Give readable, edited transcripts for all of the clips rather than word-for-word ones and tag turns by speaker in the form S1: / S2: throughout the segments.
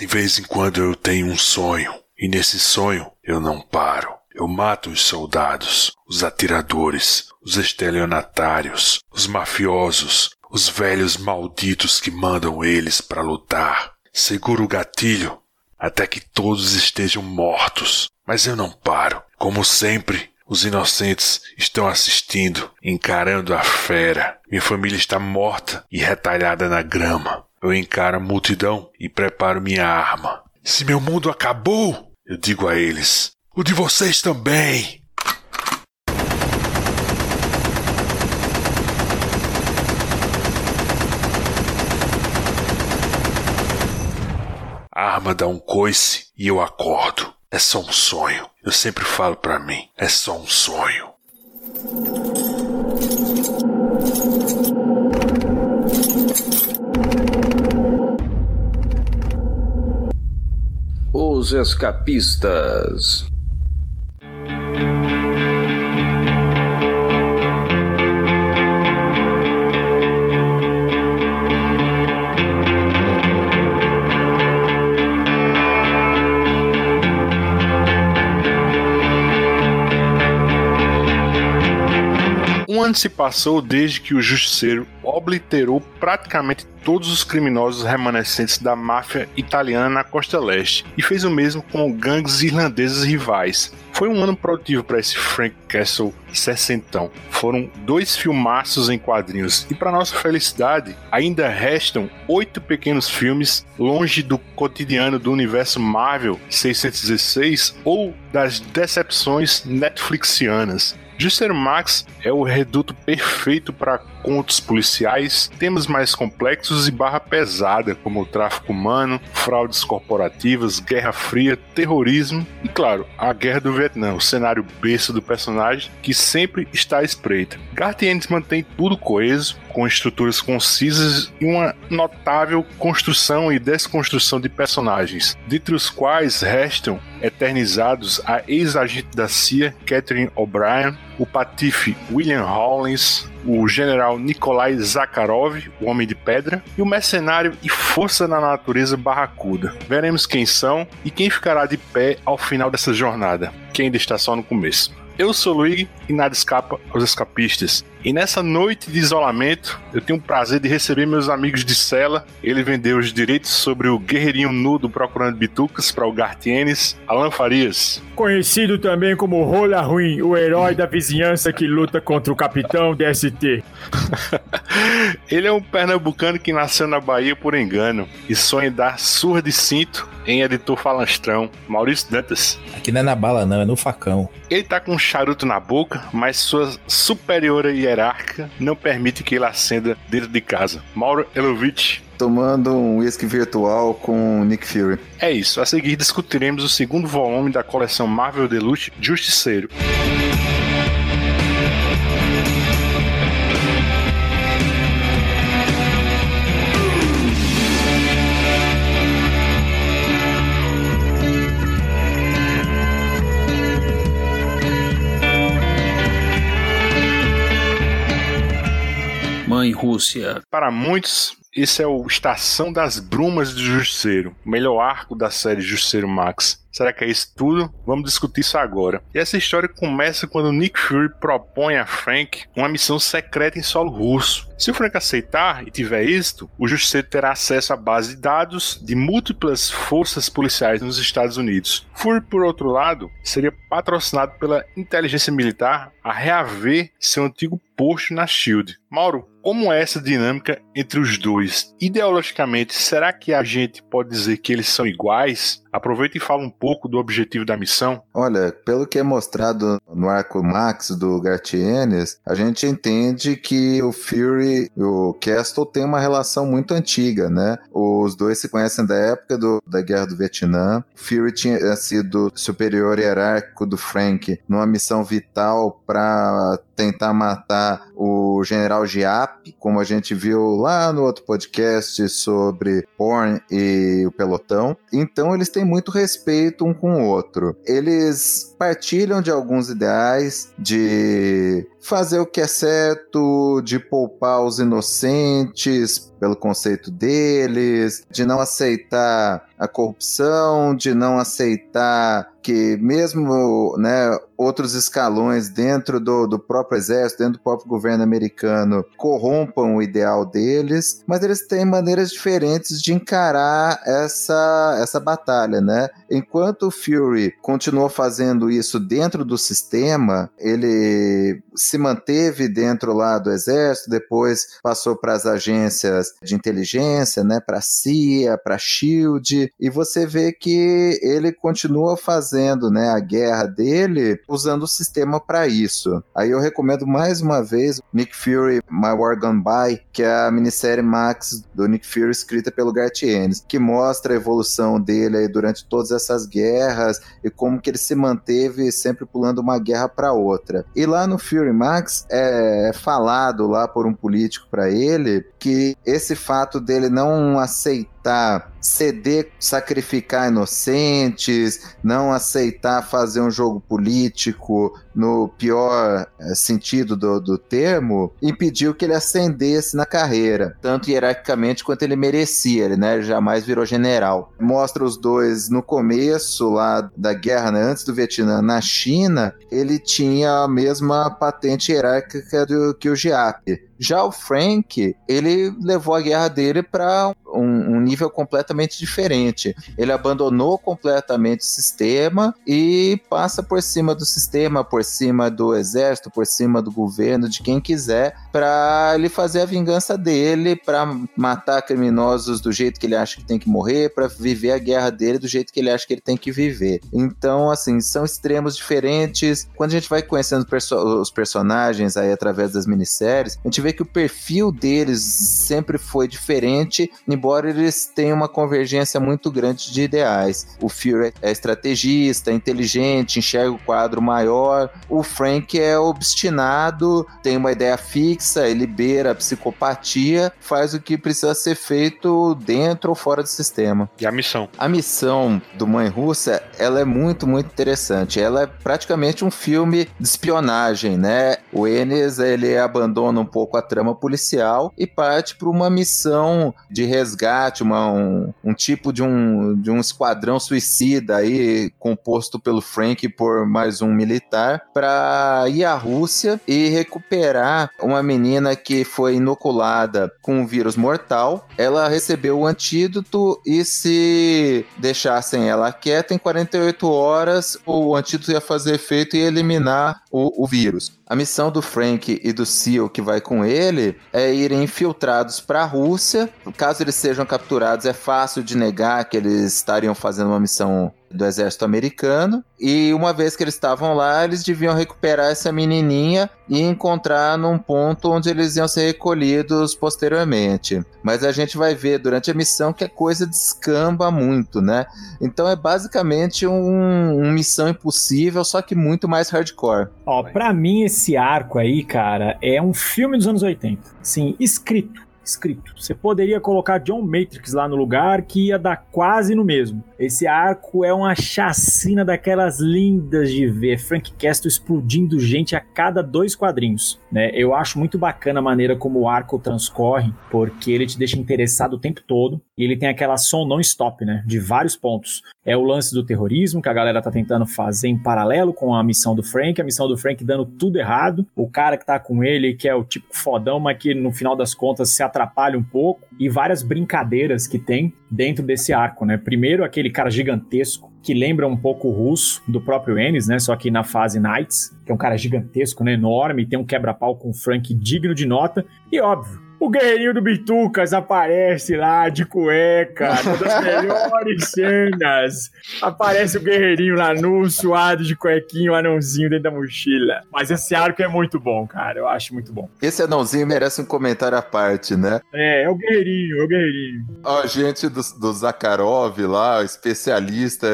S1: De vez em quando eu tenho um sonho, e nesse sonho eu não paro. Eu mato os soldados, os atiradores, os estelionatários, os mafiosos, os velhos malditos que mandam eles para lutar. Seguro o gatilho até que todos estejam mortos. Mas eu não paro. Como sempre, os inocentes estão assistindo, encarando a fera. Minha família está morta e retalhada na grama. Eu encaro a multidão e preparo minha arma. Se meu mundo acabou, eu digo a eles, o de vocês também. A arma dá um coice e eu acordo. É só um sonho. Eu sempre falo pra mim, é só um sonho.
S2: Os Escapistas.
S3: Um ano se passou desde que o Justiceiro obliterou praticamente todos os criminosos remanescentes da máfia italiana na costa leste e fez o mesmo com gangues irlandeses rivais. Foi um ano produtivo para esse Frank Castle sessentão. Foram 2 filmaços em quadrinhos e, para nossa felicidade, ainda restam 8 pequenos filmes longe do cotidiano do universo Marvel 616 ou das decepções netflixianas. Justiceiro Max é o reduto perfeito para contos policiais, temas mais complexos e barra pesada, como o tráfico humano, fraudes corporativas, guerra fria, terrorismo e, claro, a guerra do Vietnã, o cenário besta do personagem que sempre está à espreita. Garth Ennis mantém tudo coeso, com estruturas concisas e uma notável construção e desconstrução de personagens, dentre os quais restam eternizados a ex-agente da CIA, Catherine O'Brien, o patife William Rawlins, o general Nikolai Zakharov, o Homem de Pedra, e o mercenário e força na natureza Barracuda. Veremos quem são e quem ficará de pé ao final dessa jornada, que ainda está só no começo. Eu sou o Luigi e nada escapa aos escapistas. E nessa noite de isolamento, eu tenho o prazer de receber meus amigos de cela. Ele vendeu os direitos sobre o guerreirinho nudo procurando bitucas para o Garth Ennis, Alan Farias.
S4: Conhecido também como Rola Ruim, o herói da vizinhança que luta contra o capitão DST.
S3: Ele é um pernambucano que nasceu na Bahia por engano e sonha em dar surra de cinto em editor falastrão, Maurício Dantas.
S5: Aqui não é na bala não, é no facão.
S3: Ele tá com um charuto na boca, mas sua superiora hierárquica não permite que ele acenda dentro de casa. Mauro Elovitch.
S6: Tomando um whisky virtual com Nick Fury.
S3: É isso, a seguir discutiremos o segundo volume da coleção Marvel Deluxe Justiceiro.
S2: Mãe Rússia.
S3: Para muitos, esse é o Estação das Brumas do Justiceiro, o melhor arco da série Justiceiro Max. Será que é isso tudo? Vamos discutir isso agora. E essa história começa quando Nick Fury propõe a Frank uma missão secreta em solo russo. Se o Frank aceitar e tiver êxito, o Justiceiro terá acesso à base de dados de múltiplas forças policiais nos Estados Unidos. Fury, por outro lado, seria patrocinado pela inteligência militar a reaver seu antigo posto na SHIELD. Mauro, como é essa dinâmica entre os dois? Ideologicamente, será que a gente pode dizer que eles são iguais? Aproveita e fala um pouco do objetivo da missão.
S6: Olha, pelo que é mostrado no arco Max do Garth Ennis, a gente entende que o Fury e o Castle têm uma relação muito antiga, né? Os dois se conhecem da época da Guerra do Vietnã. O Fury tinha sido superior hierárquico do Frank numa missão vital para tentar matar o General Giap, como a gente viu lá no outro podcast sobre Bourne e o Pelotão. Então eles têm muito respeito um com o outro. Eles partilham de alguns ideais, de fazer o que é certo, de poupar os inocentes pelo conceito deles, de não aceitar a corrupção, de não aceitar que mesmo, né, outros escalões dentro do próprio exército, dentro do próprio governo americano, corrompam o ideal deles, mas eles têm maneiras diferentes de encarar essa batalha, né? Enquanto o Fury continuou fazendo isso dentro do sistema, ele se manteve dentro lá do exército, depois passou para as agências de inteligência, né, para a CIA, para a SHIELD, e você vê que ele continua fazendo, né, a guerra dele usando o sistema para isso. Aí eu recomendo mais uma vez Nick Fury, My War Gone By, que é a minissérie Max do Nick Fury escrita pelo Garth Ennis, que mostra a evolução dele aí durante todas essas guerras e como que ele se manteve sempre pulando uma guerra para outra. E lá no Fury Max é falado lá por um político para ele que esse fato dele não aceitar ceder, sacrificar inocentes, não aceitar fazer um jogo político no pior sentido do termo, impediu que ele ascendesse na carreira, tanto hierarquicamente quanto ele merecia. Ele, né, jamais virou general. Mostra os dois no começo lá da guerra, né, antes do Vietnã, na China, ele tinha a mesma patente hierárquica que o Giap. Já o Frank, ele levou a guerra dele para um nível completamente diferente. Ele abandonou completamente o sistema e passa por cima do sistema, por cima do exército, por cima do governo, de quem quiser, para ele fazer a vingança dele, para matar criminosos do jeito que ele acha que tem que morrer, para viver a guerra dele do jeito que ele acha que ele tem que viver. Então, assim, são extremos diferentes. Quando a gente vai conhecendo os personagens aí através das minisséries, a gente vê que o perfil deles sempre foi diferente, embora eles tenham uma convergência muito grande de ideais. O Fury é estrategista, é inteligente, enxerga o quadro maior. O Frank é obstinado, tem uma ideia fixa, ele beira a psicopatia, faz o que precisa ser feito dentro ou fora do sistema.
S3: E a missão?
S6: A missão do Mãe Rússia, ela é muito, muito interessante. Ela é praticamente um filme de espionagem, né? O Ennis, ele abandona um pouco a trama policial e parte para uma missão de resgate, um tipo de um esquadrão suicida aí, composto pelo Frank e por mais um militar, para ir à Rússia e recuperar uma menina que foi inoculada com um vírus mortal. Ela recebeu o antídoto e se deixassem ela quieta, em 48 horas o antídoto ia fazer efeito e eliminar o vírus. A missão do Frank e do Seal, que vai com ele, é irem infiltrados para a Rússia. Caso eles sejam capturados, é fácil de negar que eles estariam fazendo uma missão do exército americano, e uma vez que eles estavam lá, eles deviam recuperar essa menininha e encontrar num ponto onde eles iam ser recolhidos posteriormente. Mas a gente vai ver durante a missão que a coisa descamba muito, né? Então é basicamente uma missão impossível, só que muito mais hardcore.
S4: Ó, pra mim esse arco aí, cara, é um filme dos anos 80. Sim, escrito. Você poderia colocar John Matrix lá no lugar que ia dar quase no mesmo. Esse arco é uma chacina daquelas lindas de ver. Frank Castle explodindo gente a cada 2 quadrinhos, né? Eu acho muito bacana a maneira como o arco transcorre, porque ele te deixa interessado o tempo todo e ele tem aquela ação non-stop, né? De vários pontos. É o lance do terrorismo que a galera tá tentando fazer em paralelo com a missão do Frank, dando tudo errado. O cara que tá com ele, que é o tipo fodão, mas que no final das contas se atrapalha um pouco, e várias brincadeiras que tem dentro desse arco, né? Primeiro, aquele cara gigantesco, que lembra um pouco o russo do próprio Ennis, né? Só que na fase Knights, que é um cara gigantesco, né? Enorme, tem um quebra-pau com o Frank digno de nota, e óbvio, o guerreirinho do Bitucas aparece lá de cueca, uma das melhores cenas. Aparece o guerreirinho lá nu, suado de cuequinho, anãozinho dentro da mochila. Mas esse arco é muito bom, cara, eu acho muito bom.
S6: Esse anãozinho merece um comentário à parte, né?
S4: É o guerreirinho.
S6: A gente do Zakharov lá, especialista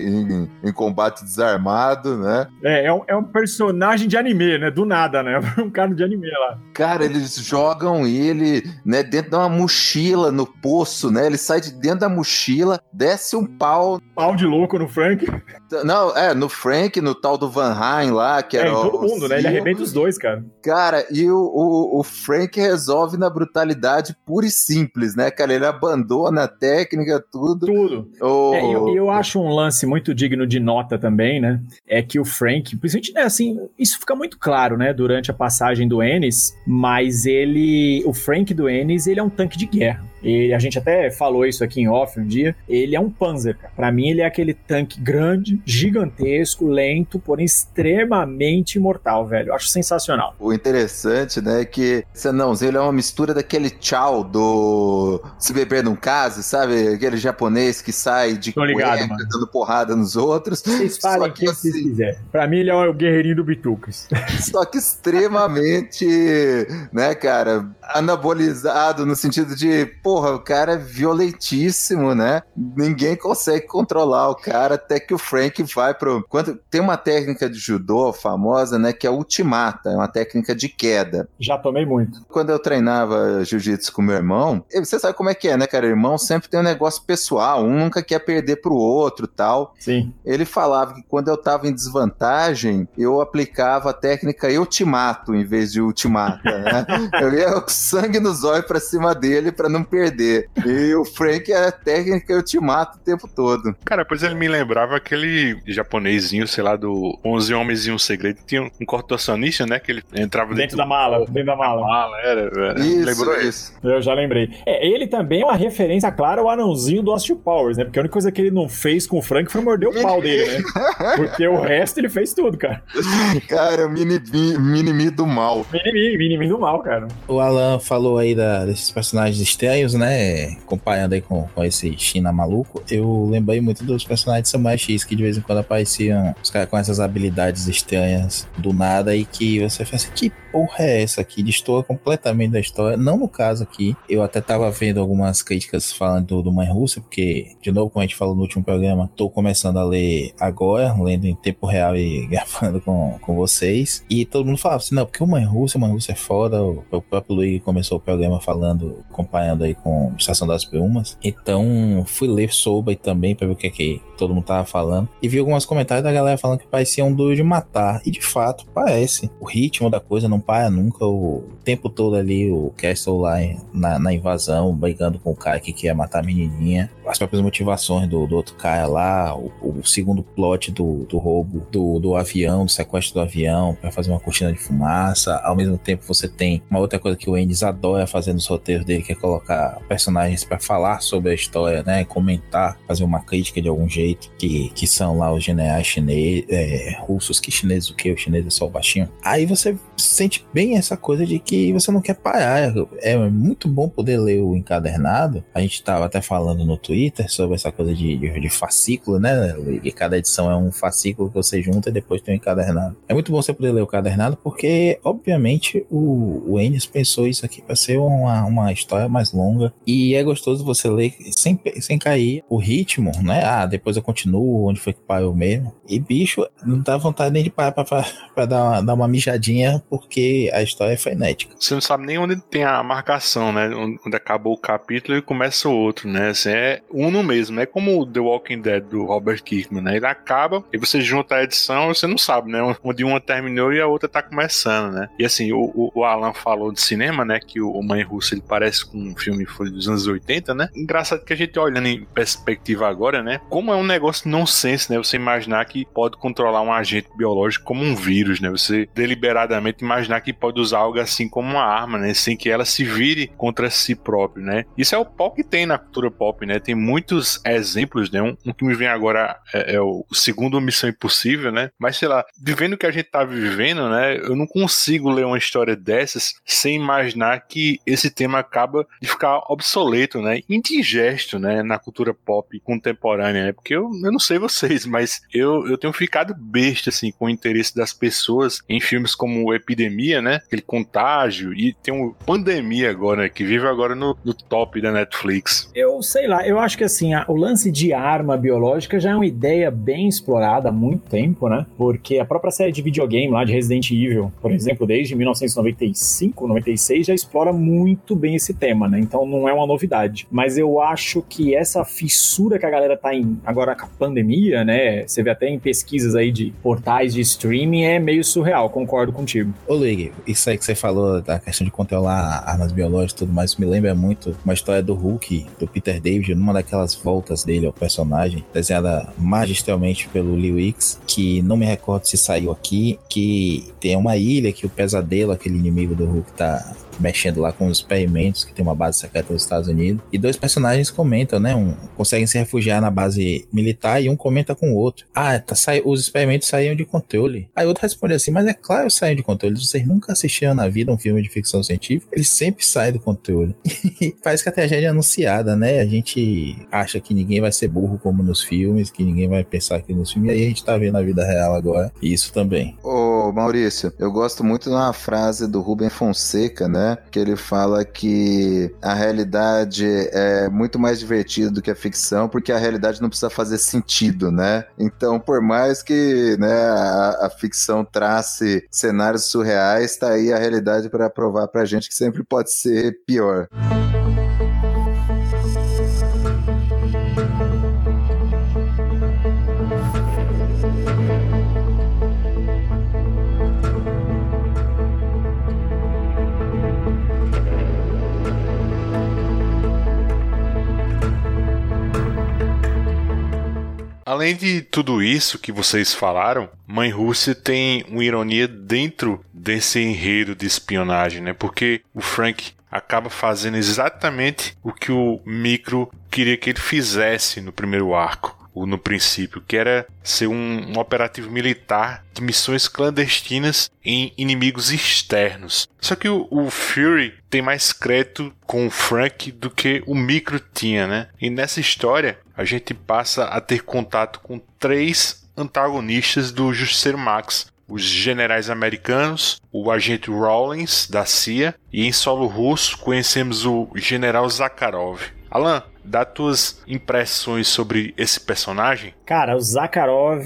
S6: em combate desarmado, né?
S4: É um personagem de anime, né? Do nada, né? Um cara de anime lá.
S6: Cara, eles jogam ele ele, né, dentro de uma mochila no poço, né? Ele sai de dentro da mochila, desce um pau.
S4: Pau de louco no Frank.
S6: Não, no Frank, no tal do Van Halen lá, que era
S4: Em todo mundo, né? Ele arrebenta os dois, cara.
S6: Cara, e o Frank resolve na brutalidade pura e simples, né, cara? Ele abandona a técnica, tudo.
S4: Tudo. Eu acho um lance muito digno de nota também, né? É que o Frank, principalmente, né, assim, isso fica muito claro, né, durante a passagem do Ennis, mas o Frank do Ennis, ele é um tanque de guerra. A gente até falou isso aqui em off um dia. Ele é um Panzer, cara. Pra mim, ele é aquele tanque grande, gigantesco, lento, porém extremamente imortal, velho. Eu acho sensacional.
S6: O interessante, né, é que esse anãozinho, ele é uma mistura daquele Chow do Se Beber Não Case, sabe? Aquele japonês que sai de cueca, dando porrada nos outros.
S4: Vocês falem quem
S6: assim,
S4: vocês quiserem. Pra mim, ele é o guerreirinho do Bitucas.
S6: Só que extremamente, né, cara, anabolizado no sentido de, porra, o cara é violentíssimo, né? Ninguém consegue controlar o cara até que o Frank vai pro... Tem uma técnica de judô famosa, né, que é ultimata, é uma técnica de queda.
S4: Já tomei muito.
S6: Quando eu treinava jiu-jitsu com meu irmão, você sabe como é que é, né, cara? Irmão sempre tem um negócio pessoal, um nunca quer perder pro outro, tal.
S4: Sim.
S6: Ele falava que quando eu tava em desvantagem, eu aplicava a técnica eu te mato em vez de ultimata, né? Eu ia com sangue nos olhos pra cima dele pra não perder. E o Frank é a técnica eu te mato o tempo todo.
S3: Cara, pois ele me lembrava aquele japonesinho, sei lá, do 11 Homens e um Segredo. Tinha um contorcionista, né? Que ele entrava
S4: dentro da mala. Dentro da mala.
S3: Era.
S6: Isso,
S3: lembrou
S6: isso.
S4: Eu já lembrei. Ele também é uma referência clara ao anãozinho do Austin Powers, né? Porque a única coisa que ele não fez com o Frank foi morder o pau dele, né? Porque o resto ele fez tudo, cara.
S6: Cara, o mini-me do mal.
S4: Mini-me do mal, cara.
S5: O Alan falou aí desses personagens estranhos, né? Comparando aí com esse China maluco. Eu lembrei muito dos personagens de Samurai X, que de vez em quando apareciam os caras com essas habilidades estranhas do nada e que você faz assim, que porra é essa aqui? Destoa completamente da história. Não no caso aqui. Eu até tava vendo algumas críticas falando do Mãe Rússia, porque, de novo, como a gente falou no último programa, tô começando a ler agora, lendo em tempo real e gravando com vocês. E todo mundo falava assim, não, porque o Mãe Rússia é foda. O próprio Luigi começou o programa falando, acompanhando aí com Estação das Brumas. Então, fui ler sobre também pra ver o que todo mundo tava falando. E vi alguns comentários da galera falando que parecia um Duro de Matar. E de fato, parece. O ritmo da coisa não para nunca. O tempo todo ali, o Castle lá na invasão, brigando com o cara que quer matar a menininha. As próprias motivações do outro cara lá. O segundo plot do roubo do avião, do sequestro do avião, pra fazer uma cortina de fumaça. Ao mesmo tempo, você tem uma outra coisa que o Ennis adora fazer nos roteiros dele, que é colocar personagens pra falar sobre a história, né? Comentar, fazer uma crítica de algum jeito, que são lá os generais chineses, russos, que chineses o quê? O chinês é só o baixinho. Aí você sente bem essa coisa de que você não quer parar. É muito bom poder ler o encadernado. A gente tava até falando no Twitter sobre essa coisa de fascículo, né? E cada edição é um fascículo que você junta e depois tem um encadernado. É muito bom você poder ler o encadernado porque, obviamente, o Ennis pensou isso aqui para ser uma história mais longa e é gostoso você ler sem cair o ritmo, né? Depois eu continuo onde foi que parou mesmo. E, bicho, não dá vontade nem de parar pra dar uma mijadinha porque a história é frenética.
S3: Você não sabe nem onde tem a marcação, né? Onde acabou o capítulo e começa o outro, né? Assim, é uno mesmo. É como o The Walking Dead do Robert Kirkman, né? Ele acaba e você junta a edição e você não sabe, né? Onde uma terminou e a outra tá começando, né? E assim, o Alan falou de cinema, né? Que o Mãe Rússia, ele parece com um filme dos anos 80, né? Engraçado que a gente olhando em perspectiva agora, né? Como é um negócio nonsense, né? Você imaginar que pode controlar um agente biológico como um vírus, né? Você deliberadamente imaginar que pode usar algo assim como uma arma, né? Sem que ela se vire contra si próprio, né? Isso é o pop que tem na cultura pop, né? Tem muitos exemplos, né? Um que me vem agora é o segundo Missão Impossível, né? Mas, sei lá, vivendo o que a gente tá vivendo, né? Eu não consigo ler uma história dessas sem imaginar que esse tema acaba de ficar obsoleto, né? Indigesto, né? Na cultura pop contemporânea, né? Porque eu não sei vocês, mas eu tenho ficado besta, assim, com o interesse das pessoas em filmes como Epidemia, pandemia, né? Aquele contágio, e tem uma pandemia agora, né? Que vive agora no top da Netflix.
S4: Eu sei lá, eu acho que assim, o lance de arma biológica já é uma ideia bem explorada há muito tempo, né? Porque a própria série de videogame lá de Resident Evil, por exemplo, desde 1995, 96, já explora muito bem esse tema, né? Então não é uma novidade. Mas eu acho que essa fissura que a galera tá em agora com a pandemia, né? Você vê até em pesquisas aí de portais de streaming, é meio surreal, concordo contigo.
S5: Ô Luigi, isso aí que você falou da questão de controlar armas biológicas e tudo mais, me lembra muito uma história do Hulk, do Peter David, numa daquelas voltas dele ao personagem, desenhada magistralmente pelo Lee Wicks, que não me recordo se saiu aqui, que tem uma ilha que o Pesadelo, aquele inimigo do Hulk, tá mexendo lá com os experimentos, que tem uma base secreta nos Estados Unidos, e dois personagens comentam, né, conseguem se refugiar na base militar e um comenta com o outro, os experimentos saíam de controle. Aí o outro responde assim, mas é claro que saem de controle, vocês nunca assistiram na vida um filme de ficção científica, eles sempre saem do controle. Parece que a tragédia é anunciada, né, a gente acha que ninguém vai ser burro como nos filmes, que ninguém vai pensar aqui nos filmes, e aí a gente tá vendo a vida real agora, e isso também.
S6: Ô Maurício, eu gosto muito de uma frase do Rubem Fonseca, né, que ele fala que a realidade é muito mais divertida do que a ficção, porque a realidade não precisa fazer sentido, né? Então, por mais que, né, a ficção trace cenários surreais, tá aí a realidade para provar pra gente que sempre pode ser pior.
S3: Além de tudo isso que vocês falaram, Mãe Rússia tem uma ironia dentro desse enredo de espionagem, né? Porque o Frank acaba fazendo exatamente o que o Micro queria que ele fizesse no primeiro arco, ou no princípio, que era ser um operativo militar de missões clandestinas em inimigos externos. Só que o Fury tem mais crédito com o Frank do que o Micro tinha, né? E nessa história, a gente passa a ter contato com 3 antagonistas do Justiceiro Max. Os generais americanos, o agente Rawlins, da CIA, e em solo russo conhecemos o general Zakharov. Alan, dá tuas impressões sobre esse personagem?
S4: Cara, o Zakharov,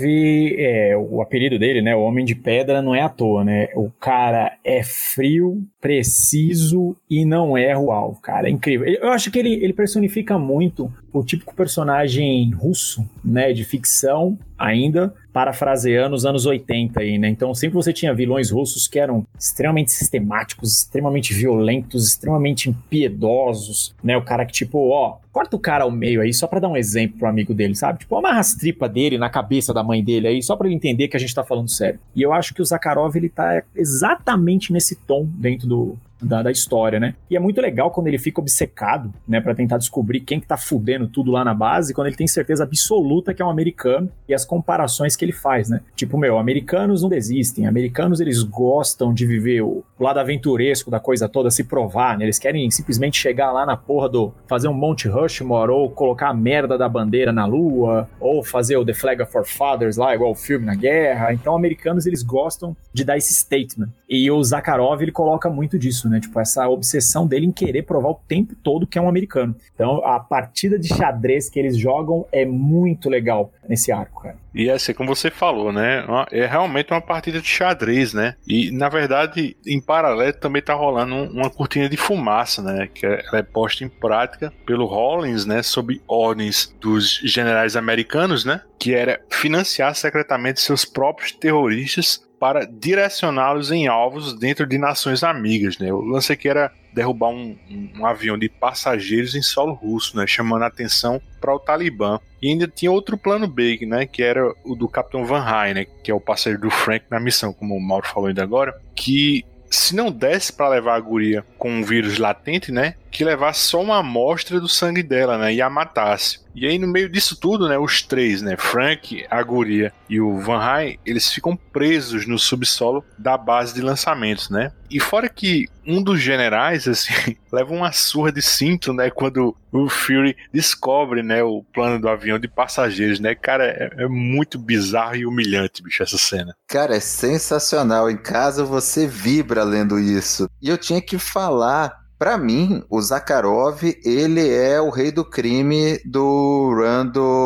S4: o apelido dele, né, o Homem de Pedra, não é à toa, né? O cara é frio, preciso e não erra o alvo, cara, é incrível. Eu acho que ele personifica muito o típico personagem russo, né, de ficção ainda, parafraseando os anos 80 aí, né? Então sempre você tinha vilões russos que eram extremamente sistemáticos, extremamente violentos, extremamente impiedosos, né? O cara que tipo, corta o cara ao meio aí, só pra dar um exemplo pro amigo dele, sabe? Tipo, amarra as tripas dele na cabeça da mãe dele aí, só pra ele entender que a gente tá falando sério. E eu acho que o Zakharov, ele tá exatamente nesse tom dentro da história, né? E é muito legal quando ele fica obcecado, né, pra tentar descobrir quem que tá fudendo tudo lá na base, quando ele tem certeza absoluta que é um americano, e as comparações que ele faz, né? Tipo, americanos não desistem, americanos eles gostam de viver o lado aventuresco da coisa toda, se provar, né? Eles querem simplesmente chegar lá na porra fazer um Mount Rushmore, ou colocar a merda da bandeira na lua, ou fazer o The Flag of Our Fathers lá, igual o filme na guerra. Então, americanos eles gostam de dar esse statement. E o Zakharov, ele coloca muito disso, né? Tipo, essa obsessão dele em querer provar o tempo todo que é um americano. Então, a partida de xadrez que eles jogam é muito legal nesse arco, cara.
S3: E assim, como você falou, né? É realmente uma partida de xadrez, né? E, na verdade, em paralelo também tá rolando uma cortina de fumaça, né? Que ela é posta em prática pelo Rawlins, né? Sob ordens dos generais americanos, né? Que era financiar secretamente seus próprios terroristas para direcioná-los em alvos dentro de nações amigas, né? O lance aqui era derrubar um avião de passageiros em solo russo, né? Chamando a atenção para o Talibã. E ainda tinha outro plano B, né? Que era o do Capitão Van Hine, né? Que é o parceiro do Frank na missão, como o Mauro falou ainda agora, que se não desse para levar a guria com um vírus latente, né? Que levasse só uma amostra do sangue dela, né? E a matasse. E aí, no meio disso tudo, né? Os três, né? Frank, a guria e o Van Halen, eles ficam presos no subsolo da base de lançamentos, né? E fora que um dos generais, assim, leva uma surra de cinto, né? Quando o Fury descobre, né? O plano do avião de passageiros, né? Cara, é muito bizarro e humilhante, bicho, essa cena.
S6: Cara, é sensacional. Em casa você vibra lendo isso. E eu tinha que falar. Pra mim, o Zakharov, ele é o rei do crime do run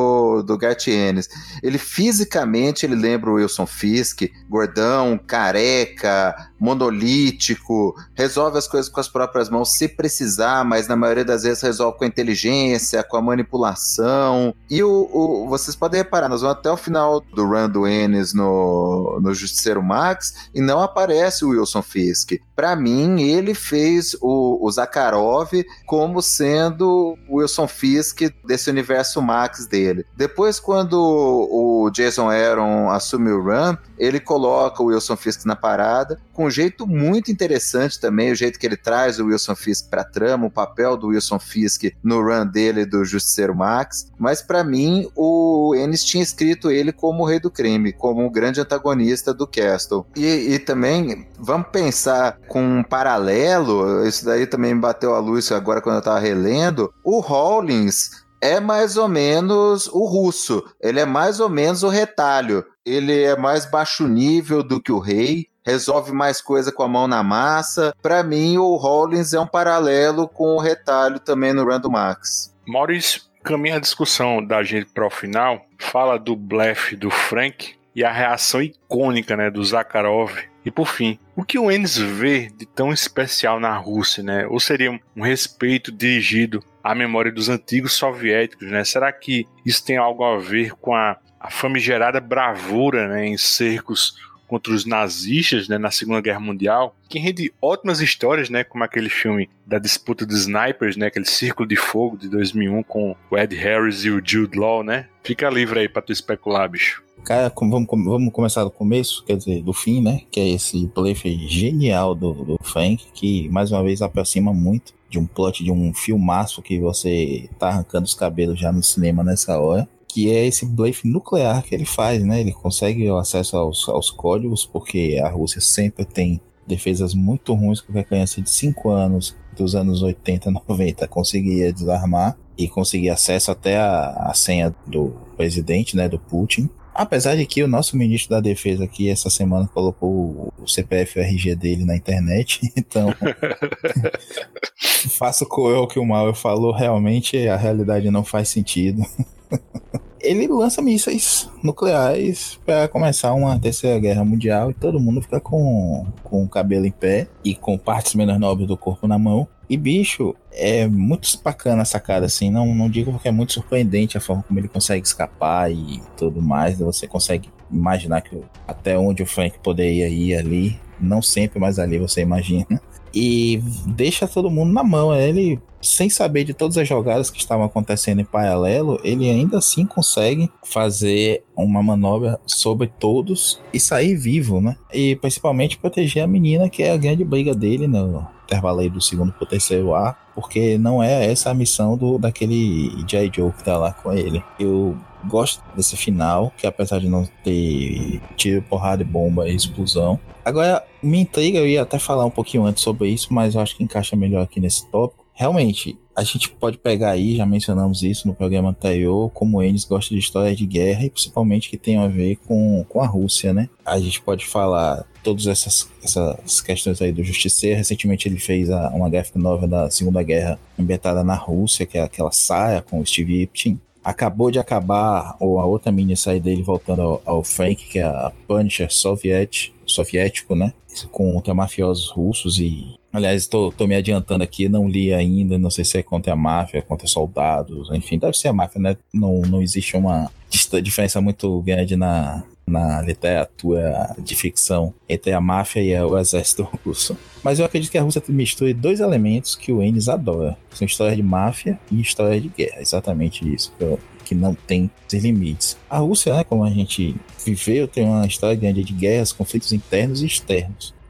S6: do Garth Ennis. Ele fisicamente, ele lembra o Wilson Fisk, gordão, careca, monolítico, resolve as coisas com as próprias mãos se precisar, mas na maioria das vezes resolve com a inteligência, com a manipulação. E vocês podem reparar, nós vamos até o final do run do Ennis no Justiceiro Max e não aparece o Wilson Fisk. Pra mim, ele fez o Zakharov como sendo o Wilson Fisk desse universo Max dele. Depois, quando o Jason Aaron assume o run, ele coloca o Wilson Fisk na parada, com um jeito muito interessante também, o jeito que ele traz o Wilson Fisk pra trama, o papel do Wilson Fisk no run dele do Justiceiro Max, mas pra mim o Ennis tinha escrito ele como o rei do crime, como o grande antagonista do Castle. E também, vamos pensar com um paralelo, isso daí também me bateu a luz agora quando eu tava relendo, o Rawlins é mais ou menos o russo, ele é mais ou menos o retalho, ele é mais baixo nível do que o rei, resolve mais coisa com a mão na massa. Pra mim, o Rawlins é um paralelo com o retalho também no run do Max.
S3: Maurício caminha a discussão da gente para o final, fala do blefe do Frank e a reação icônica, né, do Zakharov. E por fim, o que o Ennis vê de tão especial na Rússia, né? Ou seria um respeito dirigido à memória dos antigos soviéticos, né? Será que isso tem algo a ver com a famigerada bravura, né, em cercos contra os nazistas, né, na Segunda Guerra Mundial, que rende ótimas histórias, né, como aquele filme da disputa dos snipers, né, aquele Círculo de Fogo de 2001 com o Ed Harris e o Jude Law, né? Fica livre aí pra tu especular, bicho.
S5: Cara, vamos começar do começo, quer dizer, do fim, né? Que é esse blefe genial do Frank, que mais uma vez aproxima muito de um plot de um filmaço que você tá arrancando os cabelos já no cinema nessa hora. Que é esse blefe nuclear que ele faz, né? Ele consegue o acesso aos códigos, porque a Rússia sempre tem defesas muito ruins que qualquer criança de 5 anos, dos anos 80, 90, conseguia desarmar e conseguir acesso até a senha do presidente, né? Do Putin. Apesar de que o nosso ministro da Defesa aqui essa semana colocou o CPF e o RG dele na internet, então faço o que o Mauro falou, realmente a realidade não faz sentido. Ele lança mísseis nucleares para começar uma terceira guerra mundial e todo mundo fica com o cabelo em pé e com partes menos nobres do corpo na mão. E, bicho, é muito bacana essa cara, assim, não digo porque é muito surpreendente a forma como ele consegue escapar e tudo mais, você consegue imaginar que até onde o Frank poderia ir ali, não sempre, mas ali você imagina. E deixa todo mundo na mão, ele, sem saber de todas as jogadas que estavam acontecendo em paralelo, ele ainda assim consegue fazer uma manobra sobre todos e sair vivo, né? E principalmente proteger a menina, que é a grande briga dele no intervalo aí do segundo pro terceiro ar, porque não é essa a missão daquele G.I. Joe que tá lá com ele. Eu gosto desse final, que apesar de não ter tiro, porrada e bomba e explosão. Agora, me intriga, eu ia até falar um pouquinho antes sobre isso, mas eu acho que encaixa melhor aqui nesse tópico. Realmente, a gente pode pegar aí, já mencionamos isso no programa anterior, como o Ennis gosta de histórias de guerra e principalmente que tem a ver com a Rússia, né? A gente pode falar todas essas questões aí do Justiceiro. Recentemente ele fez uma graphic novel da Segunda Guerra ambientada na Rússia, que é aquela saia com o Steve Iptin. Acabou de acabar a outra minissérie dele voltando ao Frank, que é a Punisher soviético, né? Contra mafiosos russos e... Aliás, tô me adiantando aqui, não li ainda, não sei se é contra a máfia, contra soldados, enfim, deve ser a máfia, né? Não existe uma diferença muito grande na literatura de ficção entre a máfia e o exército russo. Mas eu acredito que a Rússia mistura dois elementos que o Ennis adora. São histórias de máfia e histórias de guerra. Exatamente isso, que não tem limites. A Rússia, né, como a gente viveu, tem uma história grande de guerras, conflitos internos e externos.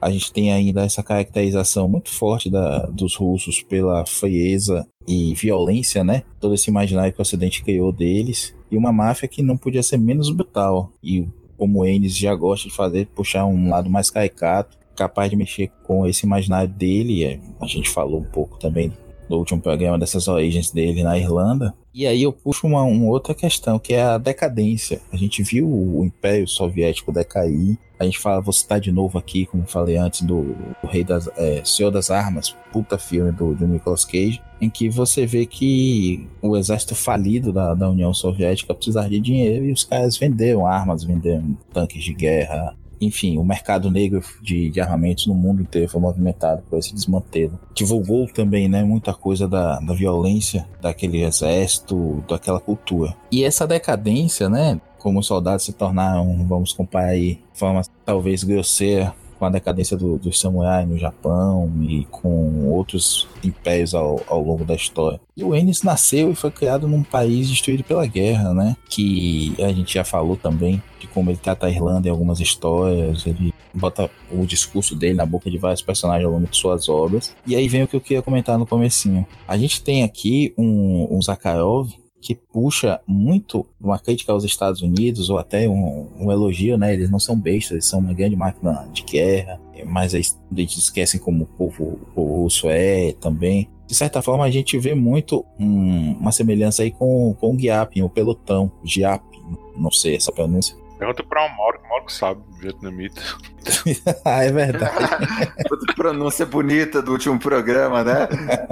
S5: A gente tem ainda essa caracterização muito forte dos russos pela frieza e violência, né? Todo esse imaginário que o Ocidente criou deles. E uma máfia que não podia ser menos brutal. E como o Ennis já gosta de fazer, puxar um lado mais caricato, capaz de mexer com esse imaginário dele. A gente falou um pouco também no último programa dessas origens dele na Irlanda. E aí eu puxo uma outra questão, que é a decadência. A gente viu o Império Soviético decair. A gente fala, vou citar de novo aqui, como falei antes, do Rei das Senhor das Armas, puta filme do Nicolas Cage, em que você vê que o exército falido da União Soviética precisava de dinheiro e os caras venderam armas, venderam tanques de guerra. Enfim, o mercado negro de armamentos no mundo inteiro foi movimentado por esse desmantelo. Divulgou também, né, muita coisa da violência daquele exército, daquela cultura. E essa decadência, né, como os soldados se tornaram, vamos comparar aí, de forma talvez grosseira, com a decadência dos samurais no Japão e com outros impérios ao longo da história. E o Ennis nasceu e foi criado num país destruído pela guerra, né? Que a gente já falou também de como ele trata a Irlanda em algumas histórias, ele bota o discurso dele na boca de vários personagens ao longo de suas obras. E aí vem o que eu queria comentar no comecinho. A gente tem aqui um Zakharov que puxa muito uma crítica aos Estados Unidos, ou até um elogio, né? Eles não são bestas, eles são uma grande máquina de guerra, mas eles esquecem como o povo russo é também. De certa forma, a gente vê muito uma semelhança aí com o Giap, o pelotão, Giap, não sei essa pronúncia.
S3: Pergunta pra o Mauro que sabe, vietnamita.
S5: Ah, é verdade.
S6: Puta pronúncia bonita do último programa, né?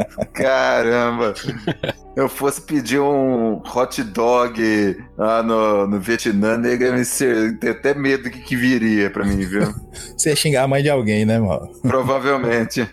S6: Caramba. Eu fosse pedir um hot dog lá no Vietnã, nega, tenho até medo do que viria pra mim, viu?
S5: Você ia xingar a mãe de alguém, né, mano?
S6: Provavelmente.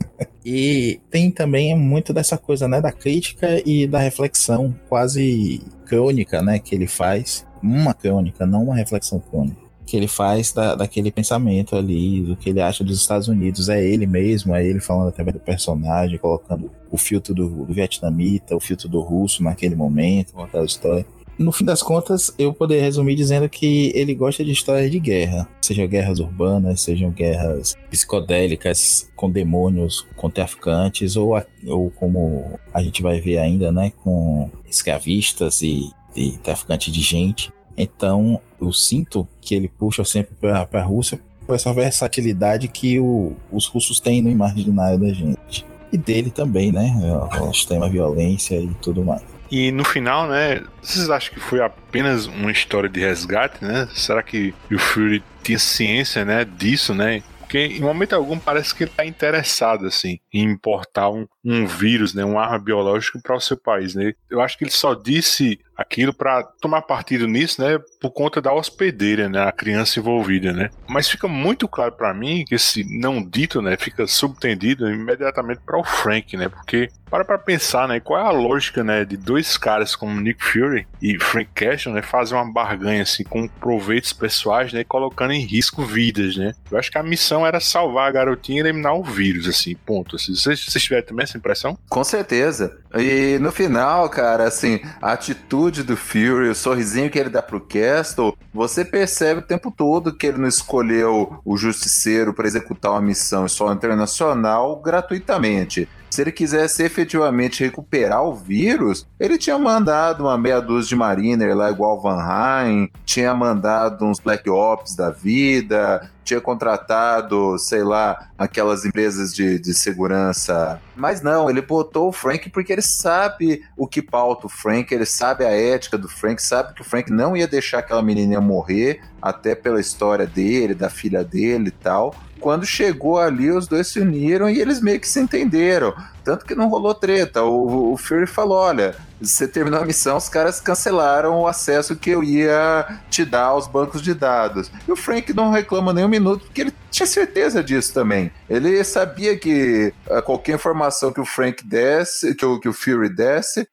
S5: E tem também muito dessa coisa, né, da crítica e da reflexão quase crônica, né, que ele faz. Uma crônica, não uma reflexão crônica. Que ele faz daquele pensamento ali, do que ele acha dos Estados Unidos. É ele mesmo, é ele falando através do personagem, colocando o filtro do vietnamita, o filtro do russo naquele momento, aquela história. No fim das contas, eu poderia resumir dizendo que ele gosta de histórias de guerra, sejam guerras urbanas, sejam guerras psicodélicas, com demônios, com traficantes, ou como a gente vai ver ainda, né, com escravistas e traficantes de gente. Então, eu sinto que ele puxa sempre para a Rússia por essa versatilidade que os russos têm no imaginário da gente. E dele também, né? A extrema violência e tudo mais.
S3: E no final, né, vocês acham que foi apenas uma história de resgate, né? Será que o Fury tinha ciência, né, disso, né? Porque em momento algum parece que ele está interessado assim, em importar um vírus, né, uma arma biológica para o seu país, né? Eu acho que ele só disse aquilo para tomar partido nisso, né, por conta da hospedeira, né, a criança envolvida, né? Mas fica muito claro para mim que esse não dito, né, fica subtendido imediatamente para o Frank, né? Porque para pensar, né, qual é a lógica, né, de dois caras como Nick Fury e Frank Castle, né, fazer uma barganha assim com proveitos pessoais, né, colocando em risco vidas, né? Eu acho que a missão era salvar a garotinha e eliminar o vírus, assim, ponto. Assim, vocês tiveram também essa impressão?
S6: Com certeza. E no final, cara, assim, a atitude do Fury, o sorrisinho que ele dá pro Castle, você percebe o tempo todo que ele não escolheu o Justiceiro para executar uma missão em solo internacional gratuitamente. Se ele quisesse efetivamente recuperar o vírus, ele tinha mandado uma meia dúzia de Mariner lá igual Van Ryn, tinha mandado uns Black Ops da vida, tinha contratado, sei lá, aquelas empresas de segurança. Mas não, ele botou o Frank porque ele sabe o que pauta o Frank, ele sabe a ética do Frank, sabe que o Frank não ia deixar aquela menininha morrer, até pela história dele, da filha dele e tal. Quando chegou ali, os dois se uniram e eles meio que se entenderam. Tanto que não rolou treta. O Fury falou, olha, você terminou a missão, os caras cancelaram o acesso que eu ia te dar aos bancos de dados. E o Frank não reclama nem um minuto, porque ele tinha certeza disso também. Ele sabia que qualquer informação que o Frank desse, que o Fury desse,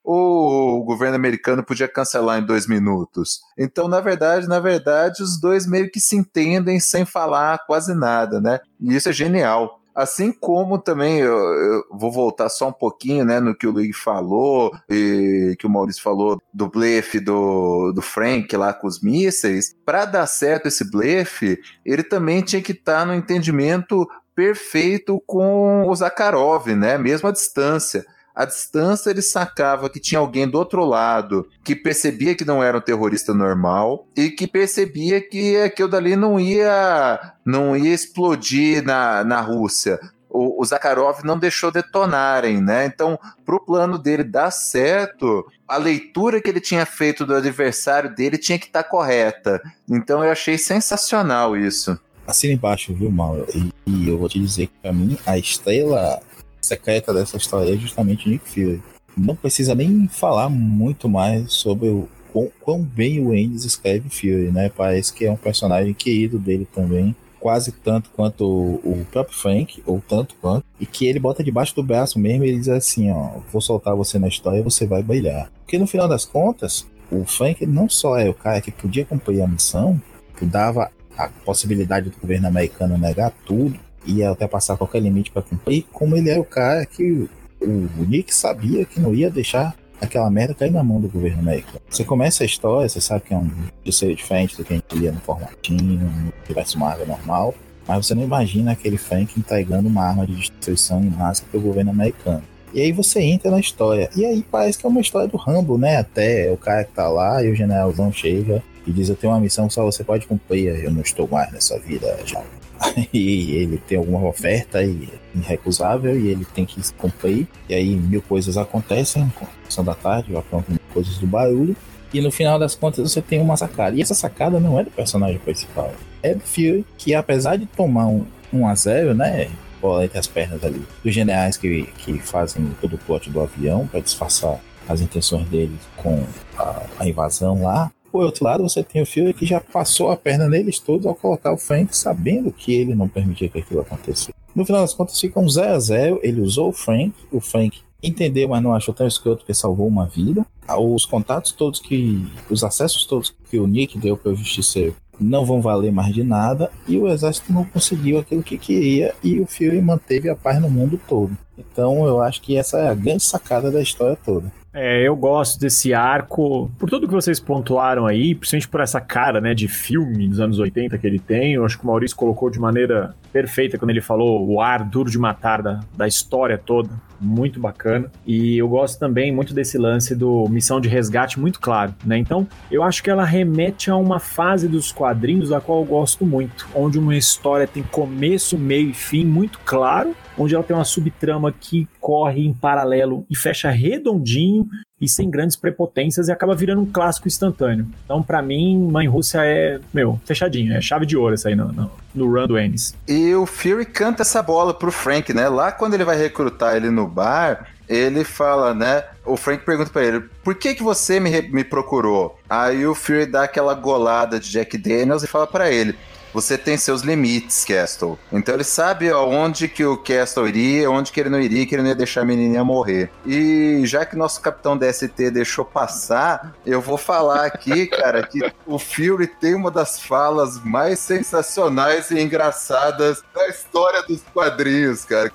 S6: o governo americano podia cancelar em 2 minutos. Então, na verdade, os dois meio que se entendem sem falar quase nada, né? E isso é genial. Assim como também, eu vou voltar só um pouquinho, né, no que o Luigi falou e que o Maurício falou do blefe do Frank lá com os mísseis. Para dar certo esse blefe, ele também tinha que estar no entendimento perfeito com o Zakharov, né, mesmo à distância. À distância ele sacava que tinha alguém do outro lado que percebia que não era um terrorista normal e que percebia que aquilo dali não ia explodir na Rússia. O Zakharov não deixou detonarem, né? Então, para o plano dele dar certo, a leitura que ele tinha feito do adversário dele tinha que estar correta. Então eu achei sensacional isso.
S5: Assina embaixo, viu, Mauro? E eu vou te dizer que pra mim a estrela secreta dessa história é justamente Nick Fury. Não precisa nem falar muito mais sobre o quão bem o Ennis escreve Fury, né? Parece que é um personagem querido dele também, quase tanto quanto o próprio Frank, ou tanto quanto, e que ele bota debaixo do braço mesmo e ele diz assim, ó, vou soltar você na história e você vai brilhar. Porque no final das contas, o Frank não só é o cara que podia cumprir a missão, que dava a possibilidade do governo americano negar tudo, ia até passar qualquer limite para cumprir, como ele era o cara que o Nick sabia que não ia deixar aquela merda cair na mão do governo americano. Você começa a história, você sabe que é um justiceiro diferente do que a gente lia no formatinho, no universo Marvel normal, mas você não imagina aquele Frank entregando uma arma de destruição em massa para o governo americano. E aí você entra na história, e aí parece que é uma história do Rambo, né? Até o cara que tá lá e o generalzão chega e diz, eu tenho uma missão que só você pode cumprir, eu não estou mais nessa vida já. E ele tem alguma oferta irrecusável e ele tem que cumprir, e aí 1000 coisas acontecem, são da tarde, aprontam coisas do barulho, e no final das contas você tem uma sacada, e essa sacada não é do personagem principal, é do Fury, que apesar de tomar um 1-0, né, bola entre as pernas ali, dos generais que fazem todo o plot do avião para disfarçar as intenções deles com a invasão lá. Por outro lado, você tem o Fury que já passou a perna neles todos ao colocar o Frank, sabendo que ele não permitia que aquilo acontecesse. No final das contas, fica um 0-0. Ele usou o Frank entendeu, mas não achou tão escroto que salvou uma vida. Os contatos todos os acessos todos que o Nick deu para o Justiceiro não vão valer mais de nada, e o exército não conseguiu aquilo que queria, e o Fury manteve a paz no mundo todo. Então eu acho que essa é a grande sacada da história toda.
S4: Eu gosto desse arco, por tudo que vocês pontuaram aí, principalmente por essa cara, né, de filme dos anos 80 que ele tem. Eu acho que o Maurício colocou de maneira perfeita quando ele falou o ar duro de matar da história toda. Muito bacana. E eu gosto também muito desse lance do missão de resgate muito claro, né? Então, eu acho que ela remete a uma fase dos quadrinhos da qual eu gosto muito, onde uma história tem começo, meio e fim muito claro, onde ela tem uma subtrama que corre em paralelo e fecha redondinho e sem grandes prepotências e acaba virando um clássico instantâneo. Então, pra mim, Mãe Rússia é, fechadinho, é chave de ouro essa aí no run do Ennis.
S6: E o Fury canta essa bola pro Frank, né? Lá quando ele vai recrutar ele no bar, ele fala, né? O Frank pergunta pra ele, por que você me procurou? Aí o Fury dá aquela golada de Jack Daniels e fala pra ele, você tem seus limites, Castle. Então ele sabe onde que o Castle iria, onde que ele não iria, que ele não ia deixar a menininha morrer. E já que nosso capitão DST deixou passar, eu vou falar aqui, cara, que o Fury tem uma das falas mais sensacionais e engraçadas da história dos quadrinhos, cara.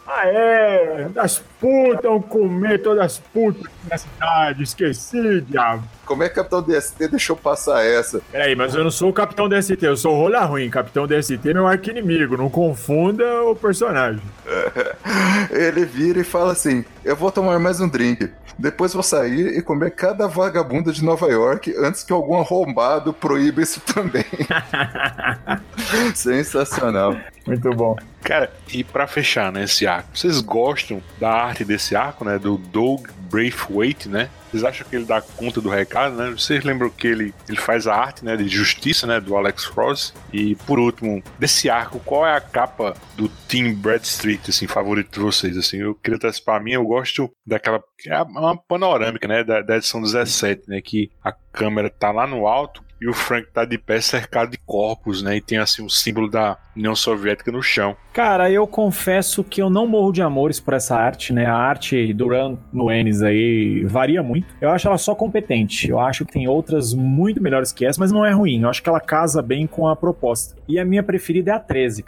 S4: Das putas, vão comer todas as putas na cidade, esqueci, diabo.
S6: Como é que o Capitão DST deixou passar essa?
S4: Peraí, mas eu não sou o Capitão DST, eu sou o Rolha Ruim. Capitão DST é meu arqui-inimigo, não confunda o personagem.
S6: Ele vira e fala assim, eu vou tomar mais um drink. Depois vou sair e comer cada vagabunda de Nova York antes que algum arrombado proíba isso também. Sensacional.
S4: Muito bom.
S3: Cara, e pra fechar, né, esse arco, vocês gostam da arte desse arco, né, do Doug Braithwaite, né? Vocês acham que ele dá conta do recado, né? Vocês lembram que ele faz a arte, né, de Justiça, né, do Alex Ross? E, por último, desse arco, qual é a capa do Team Bradstreet, assim, favorito de vocês? Assim, eu queria trazer pra mim, eu gosto daquela... É uma panorâmica, né, da edição 17, né, que a câmera tá lá no alto e o Frank tá de pé cercado de corpos, né? E tem assim o símbolo da União Soviética no chão.
S4: Cara, eu confesso que eu não morro de amores por essa arte, né? A arte do Run no Ennis aí varia muito. Eu acho ela só competente. Eu acho que tem outras muito melhores que essa, mas não é ruim. Eu acho que ela casa bem com a proposta. E a minha preferida é a 13, cara.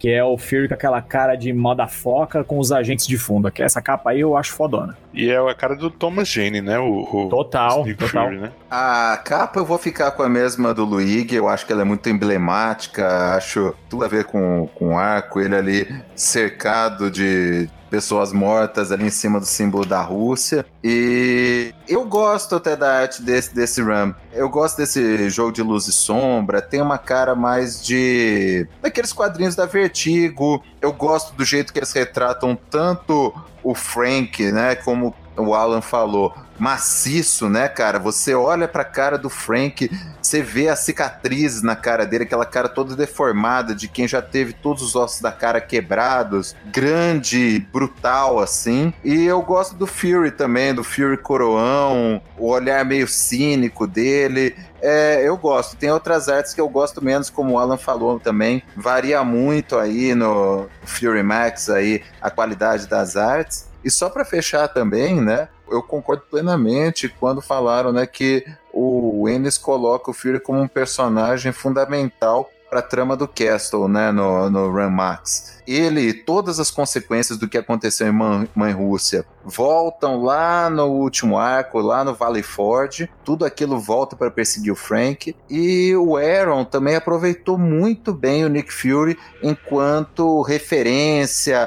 S4: que é o Fury com aquela cara de motherfucker com os agentes de fundo. Que essa capa aí eu acho fodona.
S3: E é a cara do Thomas Jane, né? O
S4: Total.
S3: Fury, né?
S6: A capa eu vou ficar com a mesma do Luigi, eu acho que ela é muito emblemática, acho tudo a ver com o arco, ele ali cercado de pessoas mortas ali em cima do símbolo da Rússia. E eu gosto até da arte desse run. Eu gosto desse jogo de luz e sombra, tem uma cara mais daqueles quadrinhos da Vertigo. Eu gosto do jeito que eles retratam tanto o Frank, né, como o Alan falou, maciço, né, cara? Você olha pra cara do Frank, você vê as cicatrizes na cara dele, aquela cara toda deformada de quem já teve todos os ossos da cara quebrados, grande, brutal, assim. E eu gosto do Fury também, do Fury coroão, o olhar meio cínico dele. Eu gosto. Tem outras artes que eu gosto menos, como o Alan falou também. Varia muito aí no Fury Max aí, a qualidade das artes. E só para fechar também, né, eu concordo plenamente quando falaram, né, que o Ennis coloca o Fury como um personagem fundamental para a trama do Castle, né, no Run Max. Ele, todas as consequências do que aconteceu em Mãe Rússia voltam lá no último arco, lá no Valley Forge, tudo aquilo volta para perseguir o Frank, e o Aaron também aproveitou muito bem o Nick Fury enquanto referência,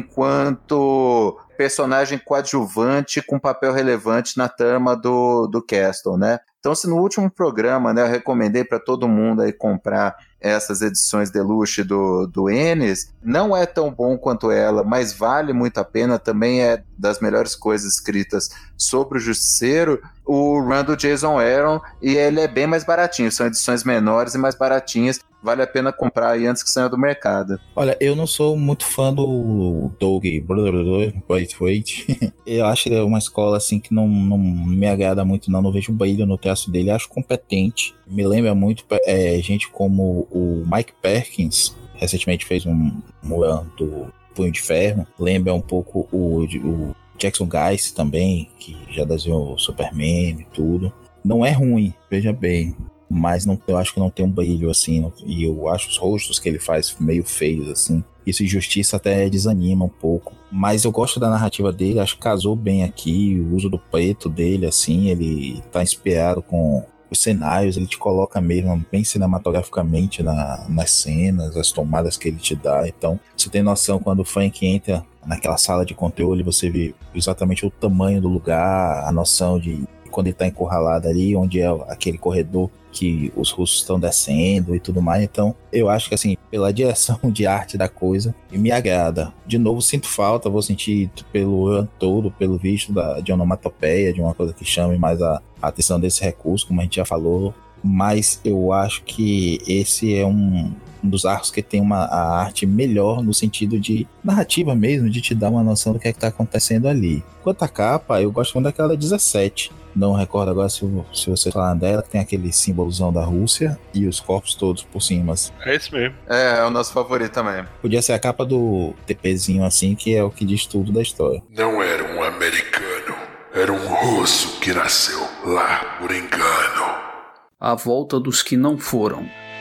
S6: enquanto personagem coadjuvante com papel relevante na trama do Castle, né? Então, se no último programa, né, eu recomendei para todo mundo aí comprar essas edições deluxe do Ennis, não é tão bom quanto ela, mas vale muito a pena, também é das melhores coisas escritas sobre o Justiceiro, o run do Jason Aaron, e ele é bem mais baratinho, são edições menores e mais baratinhas, vale a pena comprar aí antes que saia do mercado.
S5: Olha, eu não sou muito fã do Doug Wait. Eu acho que é uma escola assim que não me agrada muito, não vejo brilho no traço dele, acho competente, me lembra muito gente como o Mike Perkins, recentemente fez um run do Punho de Ferro, lembra um pouco o Jackson Geist também, que já desenhou o Superman e tudo. Não é ruim, veja bem, mas eu acho que não tem um brilho assim, e eu acho os rostos que ele faz meio feios assim. Isso em Justiça até desanima um pouco, mas eu gosto da narrativa dele, acho que casou bem aqui, o uso do preto dele assim, ele tá inspirado com os cenários, ele te coloca mesmo bem cinematograficamente nas cenas, as tomadas que ele te dá. Então você tem noção quando o Frank entra naquela sala de controle, você vê exatamente o tamanho do lugar, a noção de quando ele tá encurralado ali, onde é aquele corredor que os russos estão descendo e tudo mais. Então eu acho que assim, pela direção de arte da coisa, me agrada. De novo, sinto falta, vou sentir pelo ano todo, pelo visto de onomatopeia, de uma coisa que chame mais a atenção desse recurso, como a gente já falou, mas eu acho que esse é um dos arcos que tem a arte melhor no sentido de narrativa mesmo, de te dar uma noção do que é que tá acontecendo ali. Quanto à capa, eu gosto muito daquela 17. Não recordo agora se você falar dela, que tem aquele símbolozão da Rússia e os corpos todos por cima.
S3: É esse mesmo.
S6: É o nosso favorito também.
S5: Podia ser a capa do TPzinho assim, que é o que diz tudo da história.
S1: Não era um americano, era um russo que nasceu lá por engano.
S2: A volta dos que não foram.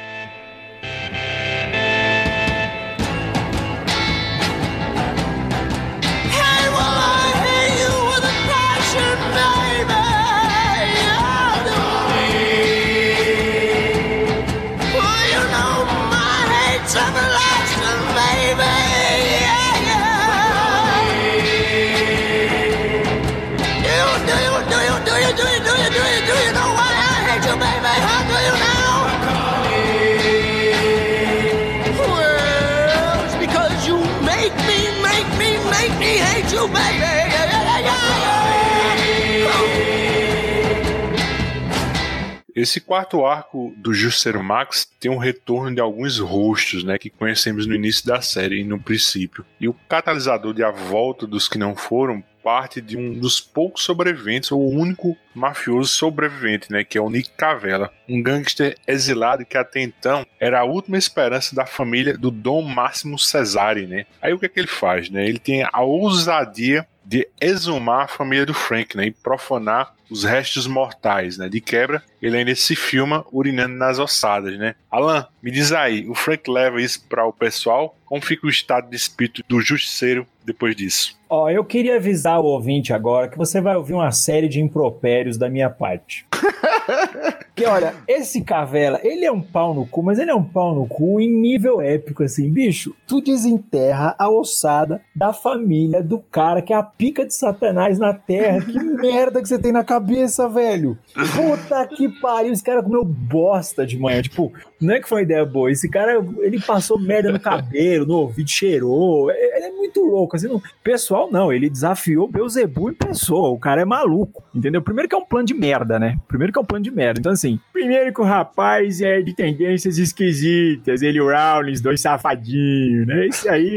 S3: Esse quarto arco do Justiceiro Max tem um retorno de alguns rostos, né, que conhecemos no início da série e no princípio. E o catalisador de A Volta dos que não foram parte de um dos poucos sobreviventes, ou o único mafioso sobrevivente, né, que é o Nick Cavella, um gangster exilado que até então era a última esperança da família do Dom Máximo Cesare, né. Aí o que é que ele faz, né? Ele tem a ousadia de exumar a família do Frank, né, e profanar os restos mortais, né? De quebra, ele ainda se filma urinando nas ossadas, né? Alan, me diz aí, o Frank leva isso para o pessoal? Como fica o estado de espírito do justiceiro depois disso?
S4: Ó, eu queria avisar o ouvinte agora que você vai ouvir uma série de impropérios da minha parte. Porque, olha, esse Cavela, ele é um pau no cu, mas ele é um pau no cu em nível épico, assim. Bicho, tu desenterra a ossada da família do cara que é a pica de Satanás na terra. Que merda que você tem na cabeça, velho. Puta que pariu, esse cara comeu bosta de manhã. Tipo, não é que foi uma ideia boa. Esse cara, ele passou merda no cabelo, no ouvido, cheirou. Ele é muito louco, assim. Não... Pessoal, não, ele desafiou Beelzebub em pessoa. O cara é maluco, entendeu? Primeiro que é um plano de merda, né? Então, assim, primeiro que o rapaz é de tendências esquisitas, ele e o Rawlins, dois safadinhos, né?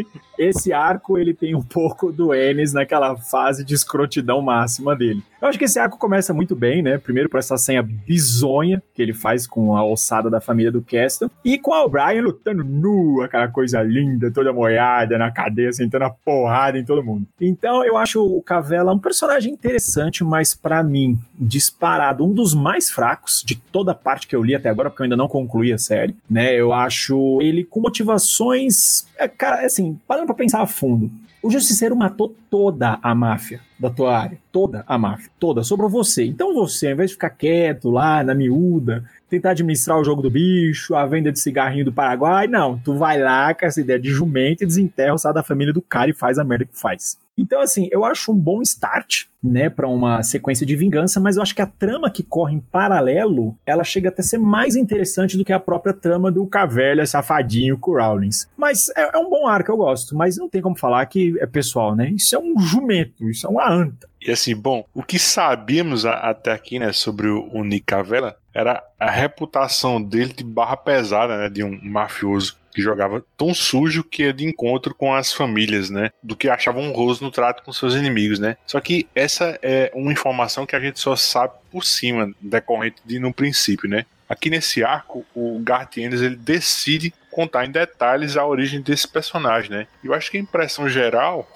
S4: Esse arco, ele tem um pouco do Ennis naquela fase de escrotidão máxima dele. Eu acho que esse arco começa muito bem, né? Primeiro por essa senha bizonha que ele faz com a ossada da família do Keston e com a O'Brien lutando nu, aquela coisa linda, toda molhada na cadeia, sentando a porrada em todo mundo. Então eu acho o Cavella um personagem interessante, mas pra mim, disparado, um dos mais fracos de toda a parte que eu li até agora, porque eu ainda não concluí a série, né? Eu acho ele com motivações... cara, assim, parando pra pensar a fundo, o Justiceiro matou toda a máfia da tua área. Toda a máfia. Toda. Sobrou você. Então você, ao invés de ficar quieto lá na miúda, tentar administrar o jogo do bicho, a venda de cigarrinho do Paraguai, não. Tu vai lá com essa ideia de jumento e desenterra o da família do cara e faz a merda que faz. Então, assim, eu acho um bom start, né, pra uma sequência de vingança, mas eu acho que a trama que corre em paralelo, ela chega até a ser mais interessante do que a própria trama do Cavelha safadinho com o Rawlins. Mas é um bom arco, eu gosto, mas não tem como falar que é pessoal, né? Isso é um jumento, isso é uma anta.
S3: E assim, bom, o que sabíamos até aqui, né, sobre o Nick Cavella era a reputação dele de barra pesada, né, de um mafioso que jogava tão sujo que ia de encontro com as famílias, né, do que achava honroso no trato com seus inimigos, né. Só que essa é uma informação que a gente só sabe por cima, decorrente de no princípio, né. Aqui nesse arco, o Garth Ennis, ele decide contar em detalhes a origem desse personagem, né? Eu acho que a impressão geral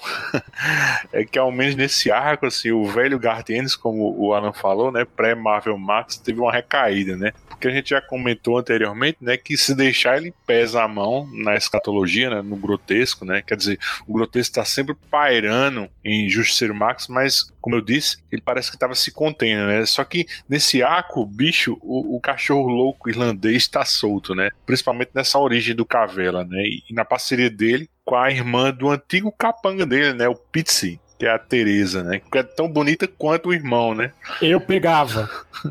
S3: é que, ao menos nesse arco, assim, o velho Garth Ennis, como o Alan falou, né, pré-Marvel Max, teve uma recaída, né? Porque a gente já comentou anteriormente, né, que se deixar ele pesa a mão na escatologia, né, no grotesco, né? Quer dizer, o grotesco está sempre pairando em Justiceiro Max, mas, como eu disse, ele parece que estava se contendo, né? Só que nesse arco, bicho, o cachorro louco irlandês está solto, né? Principalmente nessa origem do Cavella, né? E na parceria dele com a irmã do antigo capanga dele, né? O Pitsy, que é a Teresa, né? Que é tão bonita quanto o irmão, né?
S4: Eu pegava.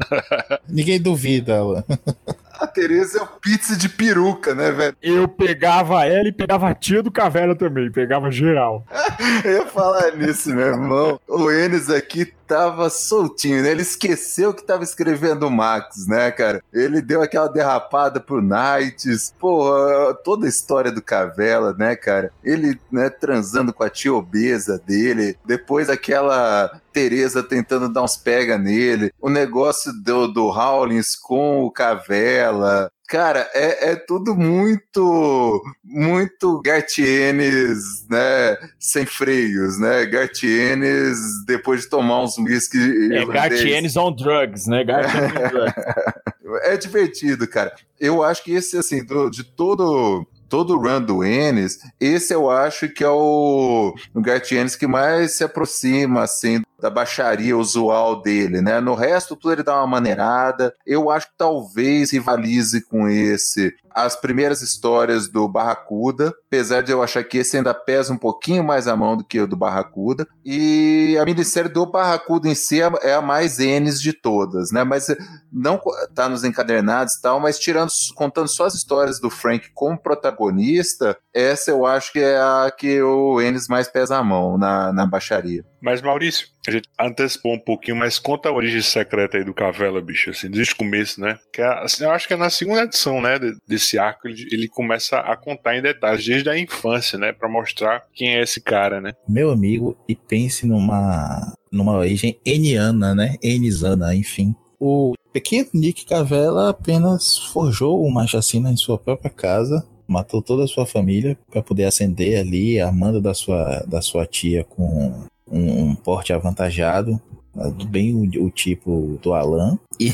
S5: Ninguém duvida, ela.
S6: A Teresa é o pizza de peruca, né, velho?
S4: Eu pegava ela e pegava a tia do Cavella também, pegava geral.
S6: Eu ia falar nisso, meu irmão. O Ennis aqui tava soltinho, né? Ele esqueceu que tava escrevendo o Max, né, cara? Ele deu aquela derrapada pro Knights. Porra, toda a história do Cavella, né, cara? Ele, né, transando com a tia obesa dele. Depois aquela Teresa tentando dar uns pega nele. O negócio do Rawlins com o Cavella. Cara, é tudo muito Garth Ennis, né, sem freios, né, Garth Ennis depois de tomar uns whisky irlandês.
S4: Garth Ennis on drugs, né, Garth Ennis on drugs.
S6: É divertido, cara. Eu acho que esse, assim, de todo o run do Ennis, esse eu acho que é o Garth Ennis que mais se aproxima, assim, da baixaria usual dele, né? No resto, tudo ele dá uma maneirada. Eu acho que talvez rivalize com as primeiras histórias do Barracuda, apesar de eu achar que esse ainda pesa um pouquinho mais a mão do que o do Barracuda. E a minissérie do Barracuda em si é a mais Ennis de todas, né? Mas não tá nos encadernados e tal, mas contando só as histórias do Frank como protagonista, essa eu acho que é a que o Ennis mais pesa a mão na baixaria.
S3: Mas, Maurício, a gente antecipou um pouquinho, mas conta a origem secreta aí do Cavella, bicho, assim, desde o começo, né? Que assim, eu acho que é na segunda edição, né, desse arco, ele começa a contar em detalhes, desde a infância, né, pra mostrar quem é esse cara, né?
S5: Meu amigo, e pense numa origem eniana, né? Enisana, enfim. O pequeno Nick Cavella apenas forjou uma chacina em sua própria casa, matou toda a sua família para poder ascender ali a manda da sua tia com um porte avantajado, bem o tipo do Alan. E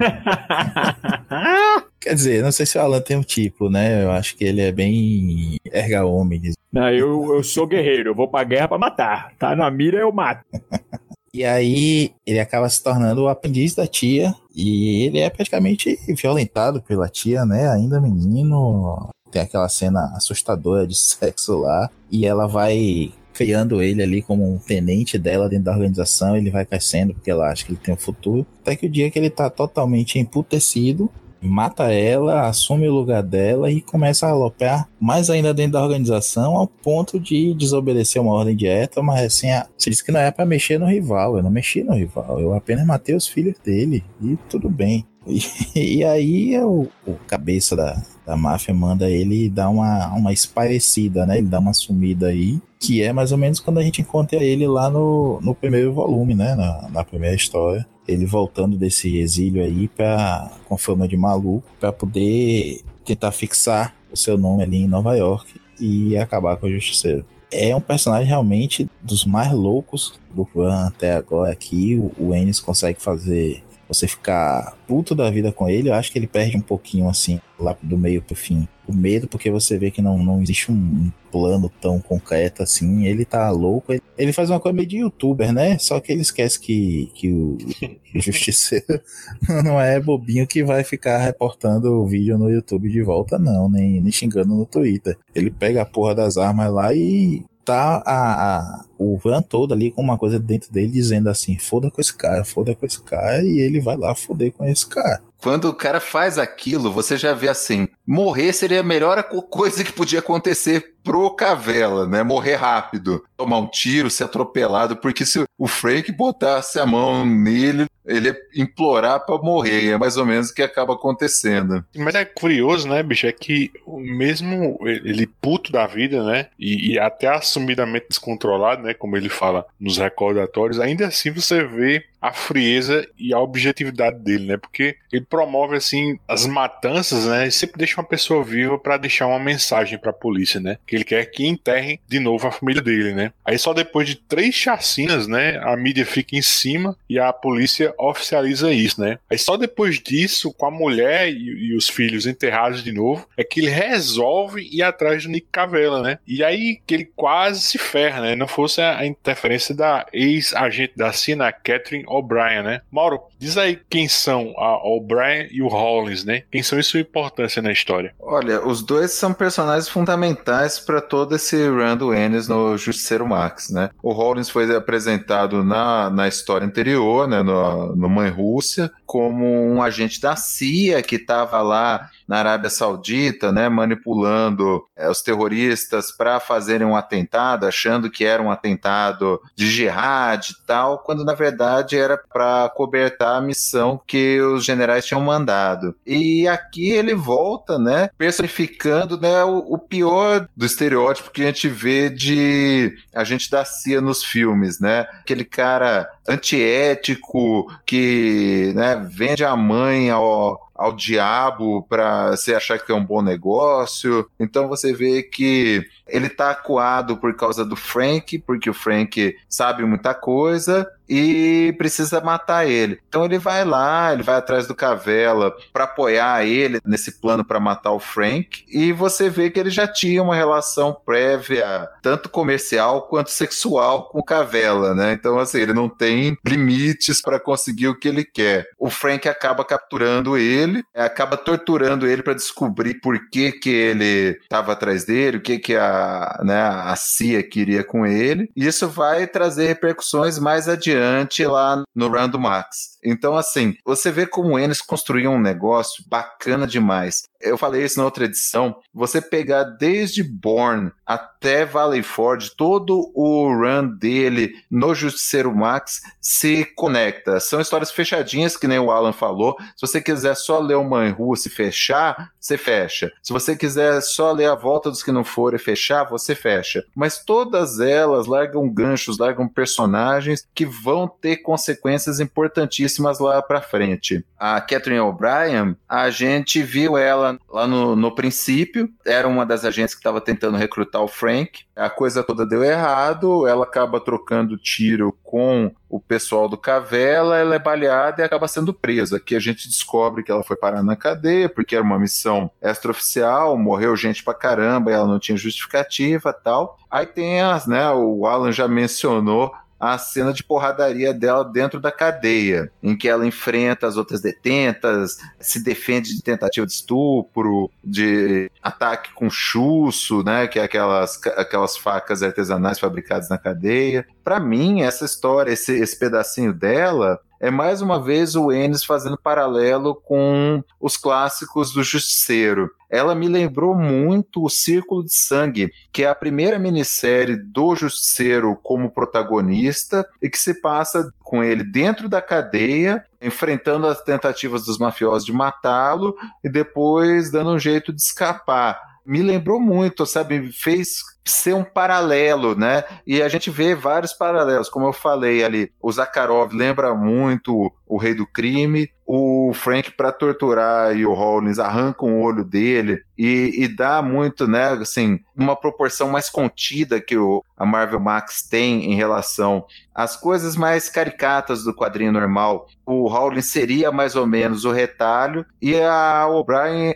S5: quer dizer, não sei se o Alan tem um tipo, né? Eu acho que ele é bem erga omnes.
S4: Não, eu sou guerreiro, eu vou pra guerra pra matar. Tá na mira, eu mato.
S5: E aí ele acaba se tornando o aprendiz da tia. E ele é praticamente violentado pela tia, né? Ainda menino. Tem aquela cena assustadora de sexo lá. E ela vai criando ele ali como um tenente dela dentro da organização. Ele vai crescendo porque ela acha que ele tem um futuro. Até que o dia que ele tá totalmente emputecido, mata ela, assume o lugar dela e começa a aloprar mais ainda dentro da organização, ao ponto de desobedecer uma ordem direta. Mas assim, você disse que não é pra mexer no rival. Eu não mexi no rival, eu apenas matei os filhos dele e tudo bem. E aí o cabeça da máfia manda ele dar uma esparecida, né? Ele dá uma sumida aí, que é mais ou menos quando a gente encontra ele lá no primeiro volume, né? Na primeira história. Ele voltando desse exílio aí com fama de maluco, para poder tentar fixar o seu nome ali em Nova York e acabar com o Justiceiro. É um personagem realmente dos mais loucos do Run até agora aqui. O Ennis consegue fazer você ficar puto da vida com ele. Eu acho que ele perde um pouquinho assim, lá do meio pro fim, o medo, porque você vê que não existe um plano tão concreto assim. Ele tá louco, ele faz uma coisa meio de youtuber, né? Só que ele esquece que o Justiceiro não é bobinho que vai ficar reportando o vídeo no YouTube de volta, não, nem xingando no Twitter. Ele pega a porra das armas lá e tá o van todo ali com uma coisa dentro dele dizendo assim: foda com esse cara, e ele vai lá foder com esse cara.
S6: Quando o cara faz aquilo, você já vê assim, morrer seria a melhor coisa que podia acontecer pro Cavella, né? Morrer rápido, tomar um tiro, ser atropelado, porque se o Frank botasse a mão nele, ele ia implorar pra morrer, é mais ou menos o que acaba acontecendo.
S3: Mas é curioso, né, bicho, é que mesmo ele puto da vida, né, e até assumidamente descontrolado, né, como ele fala nos recordatórios, ainda assim você vê a frieza e a objetividade dele, né, porque ele promove, assim, as matanças, né, e sempre deixa uma pessoa viva pra deixar uma mensagem pra polícia, né, que ele quer que enterrem de novo a família dele, né. Aí só depois de 3 chacinas, né, a mídia fica em cima e a polícia oficializa isso, né. Aí só depois disso, com a mulher e os filhos enterrados de novo, é que ele resolve ir atrás do Nick Cavella, né. E aí que ele quase se ferra, né, não fosse a interferência da ex-agente da CIA, a Catherine O'Brien, né. Mauro, diz aí quem são a O'Brien e o Hollins, né. Quem são e sua importância na história?
S6: Olha, os dois são personagens fundamentais para todo esse run do Ennis no Justiceiro Max, né. O Hollins foi apresentado na história anterior, né, no Mãe Rússia, como um agente da CIA que estava lá na Arábia Saudita, né, manipulando os terroristas para fazerem um atentado, achando que era um atentado de jihad e tal, quando na verdade era para cobertar a missão que os generais tinham mandado. E aqui ele volta, né, personificando, né, o pior do estereótipo que a gente vê de agente da CIA nos filmes, né, aquele cara antiético que, né, vende a mãe ao diabo para você achar que é um bom negócio. Então você vê que ele tá acuado por causa do Frank, porque o Frank sabe muita coisa e precisa matar ele. Então ele vai lá, ele vai atrás do Cavella para apoiar ele nesse plano para matar o Frank, e você vê que ele já tinha uma relação prévia, tanto comercial quanto sexual, com o Cavella, né? Então assim, ele não tem limites para conseguir o que ele quer. O Frank acaba capturando ele, acaba torturando ele para descobrir por que ele estava atrás dele, o que a CIA queria com ele. E isso vai trazer repercussões mais adiante lá no Run do Max. Então, assim, você vê como o Ennis construiu um negócio bacana demais. Eu falei isso na outra edição. Você pegar desde Bourne até Valley Forge, todo o run dele no Justiceiro Max se conecta. São histórias fechadinhas, que nem o Alan falou. Se você quiser só ler o Mãe Rússia e fechar, você fecha. Se você quiser só ler A Volta dos Que Não Foram e fechar, você fecha. Mas todas elas largam ganchos, largam personagens que vão ter consequências importantíssimas lá pra frente. A Catherine O'Brien, a gente viu ela lá no princípio, era uma das agentes que estava tentando recrutar matar o Frank. A coisa toda deu errado, ela acaba trocando tiro com o pessoal do Cavella, ela é baleada e acaba sendo presa. Aqui a gente descobre que ela foi parar na cadeia, porque era uma missão extraoficial, morreu gente pra caramba, ela não tinha justificativa e tal. Aí tem o Alan já mencionou, a cena de porradaria dela dentro da cadeia, em que ela enfrenta as outras detentas, se defende de tentativa de estupro, de ataque com chuço, né, que é aquelas facas artesanais fabricadas na cadeia. Para mim, essa história, esse pedacinho dela, é mais uma vez o Ennis fazendo paralelo com os clássicos do Justiceiro. Ela me lembrou muito o Círculo de Sangue, que é a primeira minissérie do Justiceiro como protagonista e que se passa com ele dentro da cadeia, enfrentando as tentativas dos mafiosos de matá-lo e depois dando um jeito de escapar. Me lembrou muito, sabe? Fez ser um paralelo, né? E a gente vê vários paralelos, como eu falei ali. O Zakharov lembra muito o Rei do Crime. O Frank, para torturar, e o Rawlins arrancam o olho dele e dá muito, né, assim, uma proporção mais contida que a Marvel Max tem em relação às coisas mais caricatas do quadrinho normal. O Rawlins seria mais ou menos o retalho, e a O'Brien,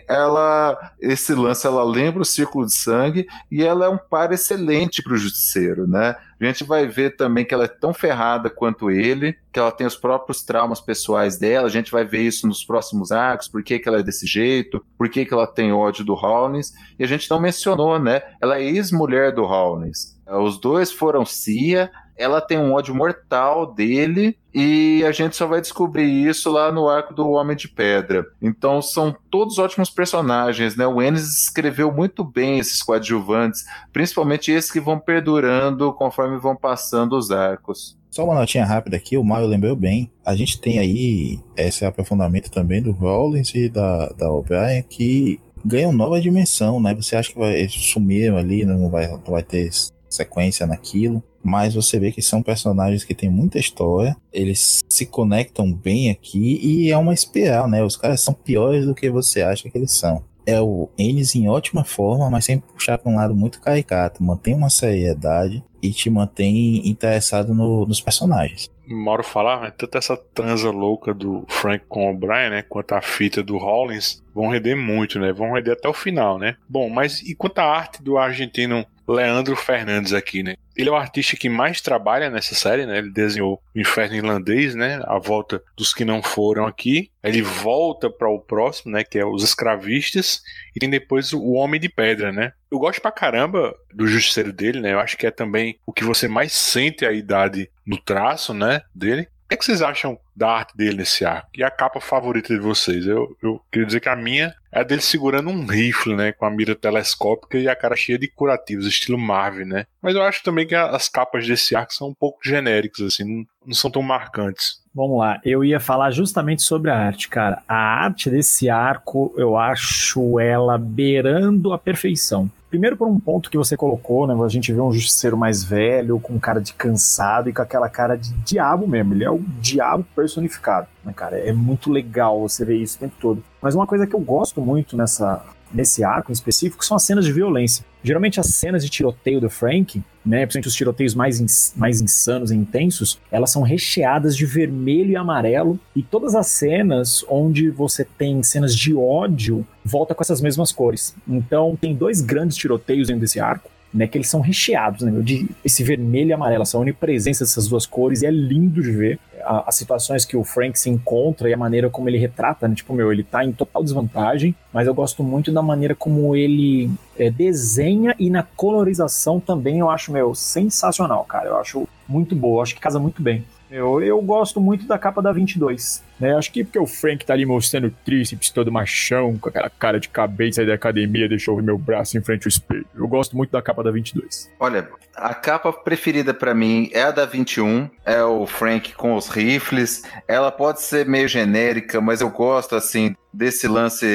S6: esse lance, ela lembra o Círculo de Sangue, e ela é um par excelente para o Justiceiro, né? A gente vai ver também que ela é tão ferrada quanto ele, que ela tem os próprios traumas pessoais dela. A gente vai ver isso nos próximos arcos, por que ela é desse jeito, por que ela tem ódio do Rawlins. E a gente não mencionou, né? Ela é ex-mulher do Rawlins. Os dois foram CIA, ela tem um ódio mortal dele, e a gente só vai descobrir isso lá no arco do Homem de Pedra. Então são todos ótimos personagens, né? O Ennis escreveu muito bem esses coadjuvantes, principalmente esses que vão perdurando conforme vão passando os arcos.
S5: Só uma notinha rápida aqui, o Maio lembrou bem. A gente tem aí esse aprofundamento também do Rawlins e da O'Brien, que ganham nova dimensão, né? Você acha que eles sumiram ali, não vai ter sequência naquilo, mas você vê que são personagens que têm muita história, eles se conectam bem aqui e é uma espiral, né? Os caras são piores do que você acha que eles são. É o Ennis em ótima forma, mas sem puxar para um lado muito caricato, mantém uma seriedade e te mantém interessado nos personagens.
S3: Mauro falar, tanto essa transa louca do Frank com o O'Brien, né, quanto a fita do Rawlins, vão render muito, né? Vão render até o final, né? Bom, mas e quanto à arte do argentino Leandro Fernandes aqui, né? Ele é o artista que mais trabalha nessa série, né? Ele desenhou o Inferno Irlandês, né? A Volta dos Que Não Foram aqui. Ele volta para o próximo, né? Que é Os Escravistas. E tem depois o Homem de Pedra, né? Eu gosto pra caramba do Justiceiro dele, né? Eu acho que é também o que você mais sente a idade no traço, né? Dele. O que vocês acham da arte dele nesse arco? E a capa favorita de vocês? Eu queria dizer que a minha é a dele segurando um rifle, né? Com a mira telescópica e a cara cheia de curativos, estilo Marvel, né? Mas eu acho também que as capas desse arco são um pouco genéricas, assim, não são tão marcantes.
S4: Vamos lá, eu ia falar justamente sobre a arte, cara. A arte desse arco, eu acho ela beirando a perfeição. Primeiro por um ponto que você colocou, né? A gente vê um justiceiro mais velho, com cara de cansado e com aquela cara de diabo mesmo. Ele é o diabo personificado, né, cara? É muito legal você ver isso o tempo todo. Mas uma coisa que eu gosto muito nesse arco em específico são as cenas de violência. Geralmente as cenas de tiroteio do Frank, né, principalmente os tiroteios mais insanos e intensos, elas são recheadas de vermelho e amarelo, e todas as cenas onde você tem cenas de ódio volta com essas mesmas cores. Então tem dois grandes tiroteios dentro desse arco, né, que eles são recheados, né, de esse vermelho e amarelo, essa onipresença dessas duas cores, e é lindo de ver as situações que o Frank se encontra e a maneira como ele retrata, né, tipo, ele tá em total desvantagem, mas eu gosto muito da maneira como ele desenha, e na colorização também eu acho, sensacional, cara, eu acho muito boa, eu acho que casa muito bem. Eu gosto muito da capa da 22, né? Acho que porque o Frank tá ali mostrando o tríceps todo machão, com aquela cara de cabeça da academia, deixou eu ver meu braço em frente ao espelho. Eu gosto muito da capa da 22.
S6: Olha, a capa preferida pra mim é a da 21, é o Frank com os rifles. Ela pode ser meio genérica, mas eu gosto, assim, desse lance,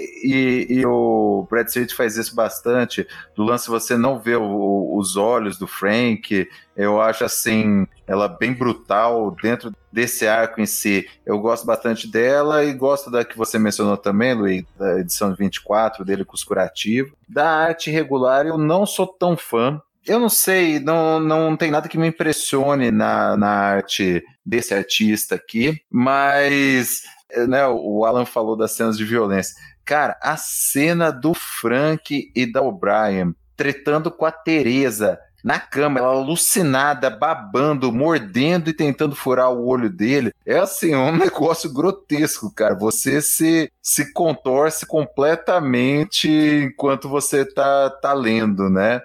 S6: e o Brad Street faz isso bastante, do lance você não vê os olhos do Frank. Eu acho, assim, ela bem brutal dentro desse arco em si. Eu gosto bastante dela e gosto da que você mencionou também, Luiz, da edição 24 dele com os curativos. Da arte regular eu não sou tão fã. Eu não sei, não tem nada que me impressione na arte desse artista aqui, mas né, o Alan falou das cenas de violência. Cara, a cena do Frank e da O'Brien tretando com a Teresa na cama, ela alucinada, babando, mordendo e tentando furar o olho dele, é assim, um negócio grotesco, cara. Você se contorce completamente enquanto você tá lendo, né?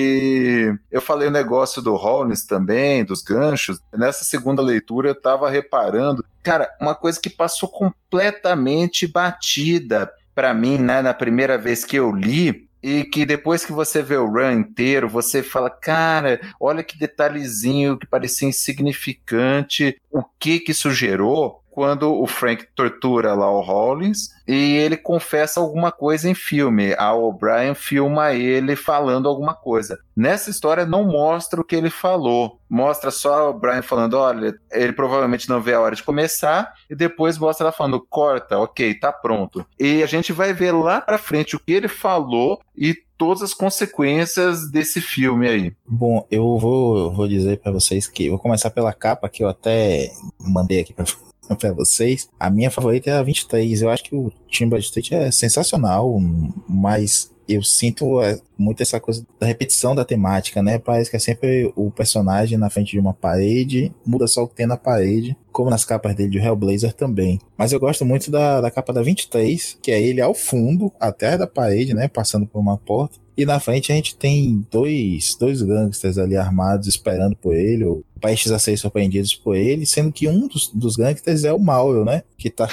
S6: E eu falei o negócio do Hollins também, dos ganchos. Nessa segunda leitura eu tava reparando, cara, uma coisa que passou completamente batida pra mim, né, na primeira vez que eu li, e que depois que você vê o run inteiro, você fala, cara, olha que detalhezinho que parecia insignificante, o que isso gerou quando o Frank tortura lá o Hollins e ele confessa alguma coisa em filme. A O'Brien filma ele falando alguma coisa. Nessa história não mostra o que ele falou. Mostra só a O'Brien falando, olha, ele provavelmente não vê a hora de começar, e depois mostra ela falando, corta, ok, tá pronto. E a gente vai ver lá pra frente o que ele falou e todas as consequências desse filme aí.
S5: Bom, eu vou dizer pra vocês que vou começar pela capa que eu até mandei aqui pra vocês. A minha favorita é a 23. Eu acho que o Tim Bradstreet é sensacional, mas eu sinto muito essa coisa da repetição da temática, né? Parece que é sempre o personagem na frente de uma parede, muda só o que tem na parede, como nas capas dele de Hellblazer também. Mas eu gosto muito da capa da 23, que é ele ao fundo, atrás da parede, né? Passando por uma porta. E na frente a gente tem dois gangsters ali armados esperando por ele, ou prestes a serem surpreendidos por ele, sendo que um dos gangsters é o Mauro, né? Que tá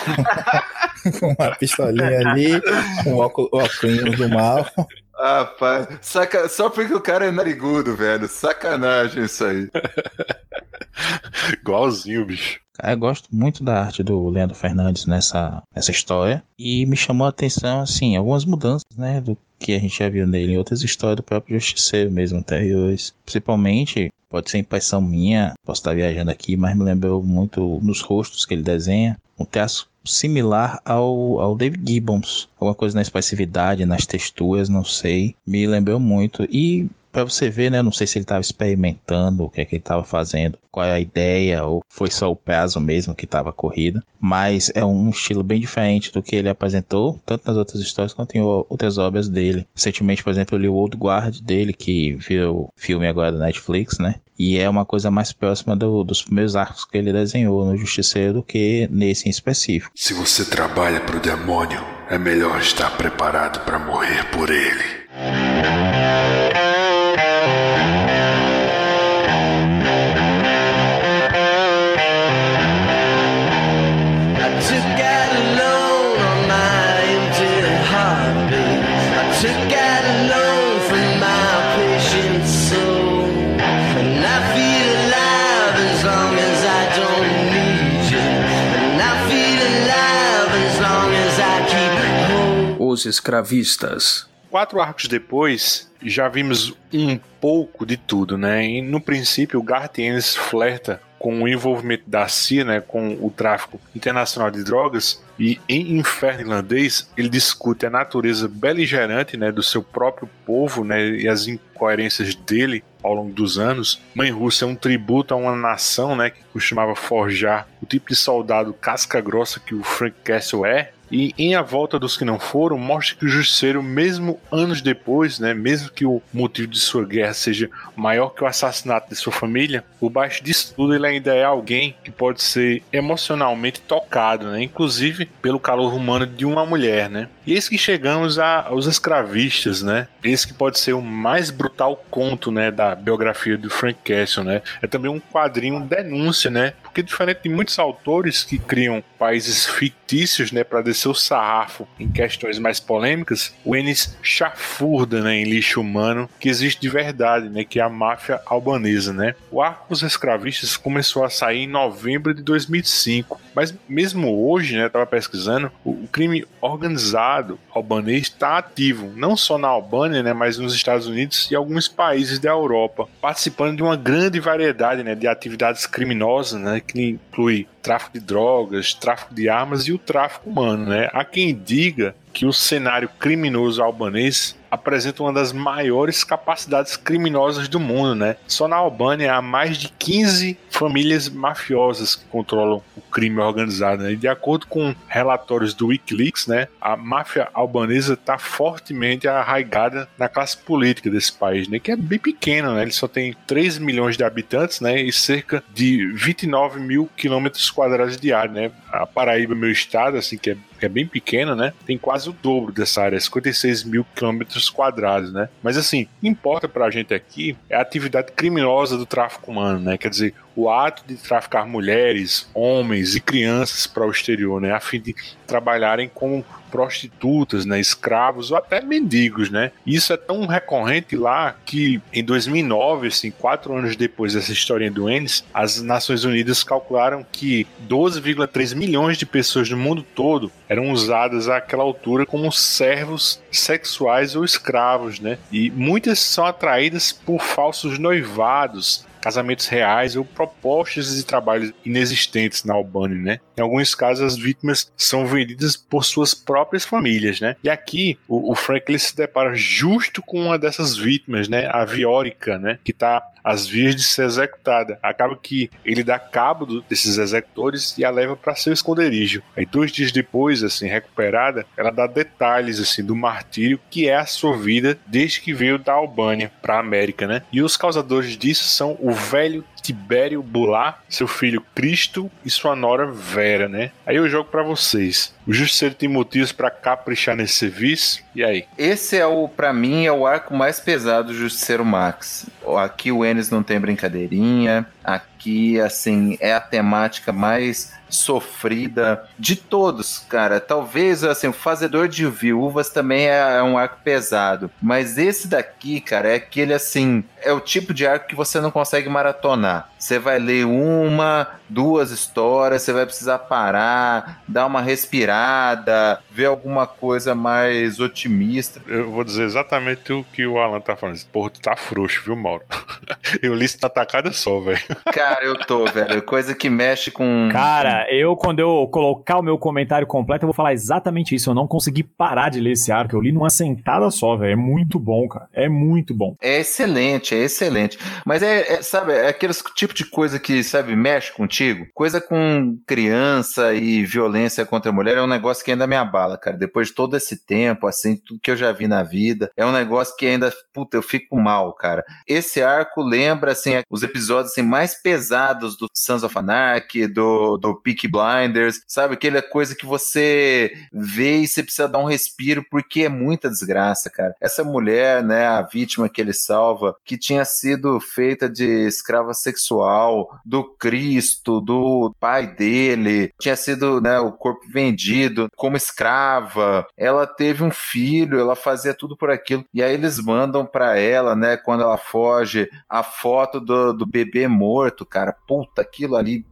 S5: com uma pistolinha ali, com o óculos do mal.
S6: Ah, pai, só porque o cara é narigudo, velho. Sacanagem isso aí.
S3: Igualzinho, bicho.
S5: Eu gosto muito da arte do Leandro Fernandes nessa história. E me chamou a atenção, assim, algumas mudanças, né? Do que a gente já viu nele em outras histórias do próprio Justiceiro mesmo, anteriores. Principalmente, pode ser impressão minha, posso estar viajando aqui, mas me lembrou muito nos rostos que ele desenha. Um traço similar ao David Gibbons. Alguma coisa na expressividade, nas texturas, não sei. Me lembrou muito. E pra você ver, né, não sei se ele estava experimentando, o que é que ele estava fazendo, qual é a ideia, ou foi só o prazo mesmo que estava corrido, mas é um estilo bem diferente do que ele apresentou, tanto nas outras histórias quanto em outras obras dele. Recentemente, por exemplo, eu li o Old Guard dele, que virou filme agora da Netflix, né, e é uma coisa mais próxima dos primeiros arcos que ele desenhou no Justiceiro do que nesse em específico.
S1: Se você trabalha pro demônio, é melhor estar preparado para morrer por ele.
S2: Os escravistas.
S3: 4 arcos depois, já vimos um pouco de tudo, né? E no princípio, o Garth Ennis flerta com o envolvimento da CIA, né, com o tráfico internacional de drogas, e em Inferno Irlandês ele discute a natureza beligerante, né, do seu próprio povo, né, e as incoerências dele ao longo dos anos. Mãe Russa é um tributo a uma nação, né, que costumava forjar o tipo de soldado casca grossa que o Frank Castle é. E em A Volta dos Que Não Foram, mostra que o Justiceiro, mesmo anos depois, né, mesmo que o motivo de sua guerra seja maior que o assassinato de sua família, por baixo disso tudo ele ainda é alguém que pode ser emocionalmente tocado, né, inclusive pelo calor humano de uma mulher, né. E eis que chegamos aos escravistas, né, esse que pode ser o mais brutal conto, né, da biografia do Frank Castle, né. É também um quadrinho denúncia, né, porque diferente de muitos autores que criam países fictícios, né, para descer seu sarrafo em questões mais polêmicas, o Ennis chafurda, né, em lixo humano que existe de verdade, né, que é a máfia albanesa, né? O arco dos escravistas começou a sair em novembro de 2005, mas mesmo hoje, né, eu estava pesquisando, o crime organizado albanês está ativo, não só na Albânia, né, mas nos Estados Unidos e alguns países da Europa, participando de uma grande variedade, né, de atividades criminosas, né, que inclui tráfico de drogas, tráfico de armas e o tráfico humano, né? Há quem diga que o cenário criminoso albanês apresenta uma das maiores capacidades criminosas do mundo, né? Só na Albânia há mais de 15 famílias mafiosas que controlam o crime organizado, né? E de acordo com relatórios do Wikileaks, né, a máfia albanesa está fortemente arraigada na classe política desse país, né? Que é bem pequeno, né? Ele só tem 3 milhões de habitantes, né? E cerca de 29 mil quilômetros quadrados de área, né? A Paraíba, meu estado, assim, que é bem pequeno, né? Tem quase o dobro dessa área, 56 mil quilômetros quadrados, né? Mas assim, o que importa pra gente aqui é a atividade criminosa do tráfico humano, né? Quer dizer, o ato de traficar mulheres, homens e crianças para o exterior, né? A fim de trabalharem como prostitutas, né, escravos ou até mendigos, né? Isso é tão recorrente lá que em 2009, assim, 4 anos depois dessa historinha do Ennis, as Nações Unidas calcularam que 12,3 milhões de pessoas no mundo todo eram usadas àquela altura como servos sexuais ou escravos, né? E muitas são atraídas por falsos noivados, casamentos reais ou propostas de trabalho inexistentes na Albânia, né? Em alguns casos, as vítimas são vendidas por suas próprias famílias, né? E aqui, o Frank ele se depara justo com uma dessas vítimas, né? A Viorica, né? Que está às vias de ser executada. Acaba que ele dá cabo desses executores e a leva para seu esconderijo. Aí 2 dias depois, assim, recuperada, ela dá detalhes, assim, do martírio que é a sua vida desde que veio da Albânia para a América, né? E os causadores disso são o velho Tibério Bulat, seu filho Cristo e sua nora Vera, né? Aí eu jogo pra vocês. O Justiceiro tem motivos pra caprichar nesse serviço? E aí?
S6: Esse pra mim, é o arco mais pesado do Justiceiro Max. Aqui o Ennis não tem brincadeirinha. Aqui, assim, é a temática mais sofrida de todos, cara. Talvez, assim, o Fazedor de Viúvas também é um arco pesado. Mas esse daqui, cara, é aquele, assim, é o tipo de arco que você não consegue maratonar. Você vai ler 1, 2 histórias, você vai precisar parar, dar uma respirada, ver alguma coisa mais otimista.
S3: Eu vou dizer exatamente o que o Alan tá falando. Porra, tu tá frouxo, viu, Mauro? Eu li isso na tacada só, velho.
S6: Cara, eu tô, velho. Coisa que mexe com...
S4: Cara, quando eu colocar o meu comentário completo, eu vou falar exatamente isso. Eu não consegui parar de ler esse arco. Eu li numa sentada só, velho. É muito bom, cara. É muito bom.
S6: É excelente, é excelente. Mas sabe, é aquele tipo de coisa que, sabe, mexe contigo. Coisa com criança e violência contra a mulher é um negócio que ainda me abala, cara. Depois de todo esse tempo, assim, tudo que eu já vi na vida, é um negócio que ainda, puta, eu fico mal, cara. Esse arco lembra, assim, os episódios, assim, mais pesados do Sons of Anarchy, do Peaky Blinders, sabe? Aquela coisa que você vê e você precisa dar um respiro porque é muita desgraça, cara. Essa mulher, né, a vítima que ele salva, que tinha sido feita de escrava sexual do Cristo, do pai dele, tinha sido, né, o corpo vendido como escrava, ela teve um filho, ela fazia tudo por aquilo, e aí eles mandam pra ela, né, quando ela foge, a foto do bebê morto, cara. Puta, aquilo ali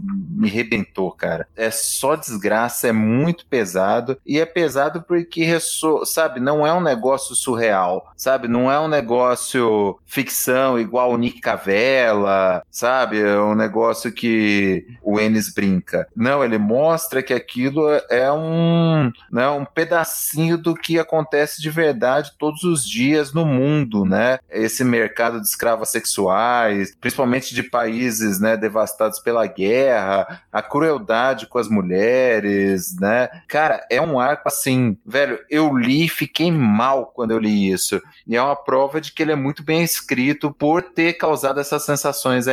S6: me rebentou, cara. É só desgraça, é muito pesado, e é pesado porque, sabe, não é um negócio surreal, sabe, não é um negócio ficção igual o Nick Cavella, sabe, é um negócio que o Ennis brinca. Não, ele mostra que aquilo é um pedacinho do que acontece de verdade todos os dias no mundo, né? Esse mercado de escravos sexuais, principalmente de países, né, devastados pela guerra, a crueldade com as mulheres, né? Cara, é um arco assim, velho, eu li e fiquei mal quando eu li isso. E é uma prova de que ele é muito bem escrito por ter causado essas sensações aí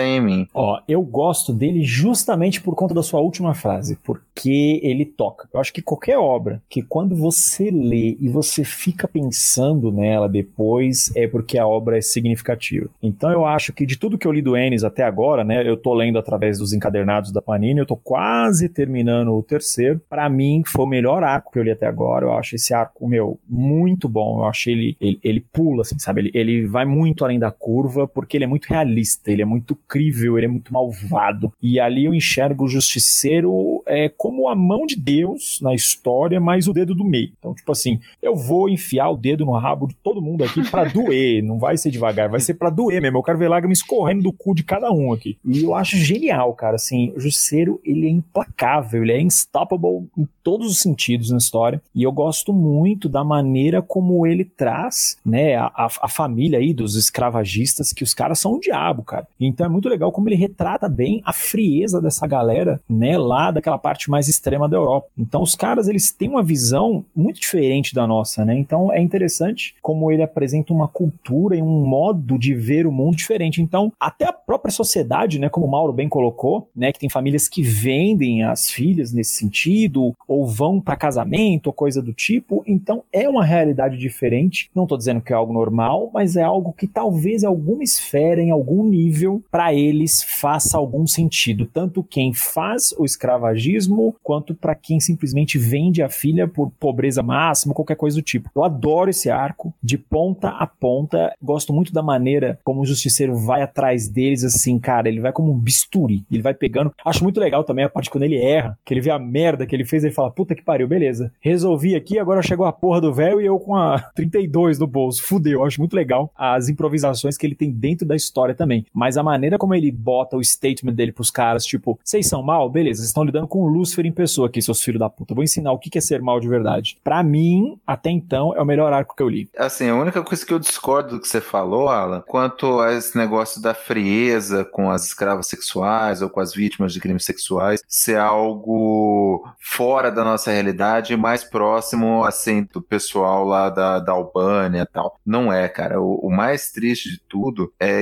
S6: em mim.
S4: Ó, eu gosto dele justamente por conta da sua última frase, porque ele toca. Eu acho que qualquer obra que quando você lê e você fica pensando nela depois, é porque a obra é significativa. Então eu acho que de tudo que eu li do Ennis até agora, né, eu tô lendo através dos encadernados da Panini, eu tô quase terminando o terceiro. Pra mim, foi o melhor arco que eu li até agora. Eu acho esse arco, muito bom. Eu acho ele pula, assim, sabe? Ele vai muito além da curva, porque ele é muito realista, ele é muito crível, ele é muito malvado. E ali eu enxergo o Justiceiro como a mão de Deus na história, mais o dedo do meio. Então, tipo assim, eu vou enfiar o dedo no rabo de todo mundo aqui pra doer. Não vai ser devagar, vai ser pra doer mesmo. Eu quero ver lágrimas escorrendo do cu de cada um aqui. E eu acho genial, cara. Assim, o Justiceiro, ele é implacável, ele é unstoppable em todos os sentidos na história. E eu gosto muito da maneira como ele traz, né, a família aí dos escravagistas, que os caras são o diabo, cara. Então é muito legal como ele retrata bem a frieza dessa galera, né, lá daquela parte mais extrema da Europa. Então os caras, eles têm uma visão muito diferente da nossa, né? Então é interessante como ele apresenta uma cultura e um modo de ver o mundo diferente. Então, até a própria sociedade, né, como o Mauro bem colocou, né, que tem famílias que vendem as filhas nesse sentido, ou vão para casamento, ou coisa do tipo. Então é uma realidade diferente. Não tô dizendo que é algo normal, mas é algo que talvez em alguma esfera, em algum nível, para eles faça algum sentido. Tanto quem faz o escravagismo, quanto para quem simplesmente vende a filha por pobreza máxima, qualquer coisa do tipo. Eu adoro esse arco, de ponta a ponta. Gosto muito da maneira como o Justiceiro vai atrás deles, assim, cara, ele vai como um bisturi, ele vai pegando. Acho muito legal também a parte quando ele erra, que ele vê a merda que ele fez, ele fala, puta que pariu, beleza, resolvi aqui, agora chegou a porra do velho e eu com a 32 no bolso, fudeu. Acho muito legal as improvisações que ele tem dentro da história também, mas a maneira como ele bota o statement dele pros caras, tipo, vocês são mal? Beleza, vocês estão lidando com o Lúcifer em pessoa aqui, seus filhos da puta, vou ensinar o que é ser mal de verdade. Pra mim, até então, é o melhor arco que eu li.
S6: Assim, a única coisa que eu discordo do que você falou, Alan, quanto a esse negócio da frieza com as escravas sexuais ou com as vítimas de crimes sexuais, ser algo fora da nossa realidade, mais próximo, assim, do pessoal lá da Albânia e tal. Não é, cara. O mais triste de tudo é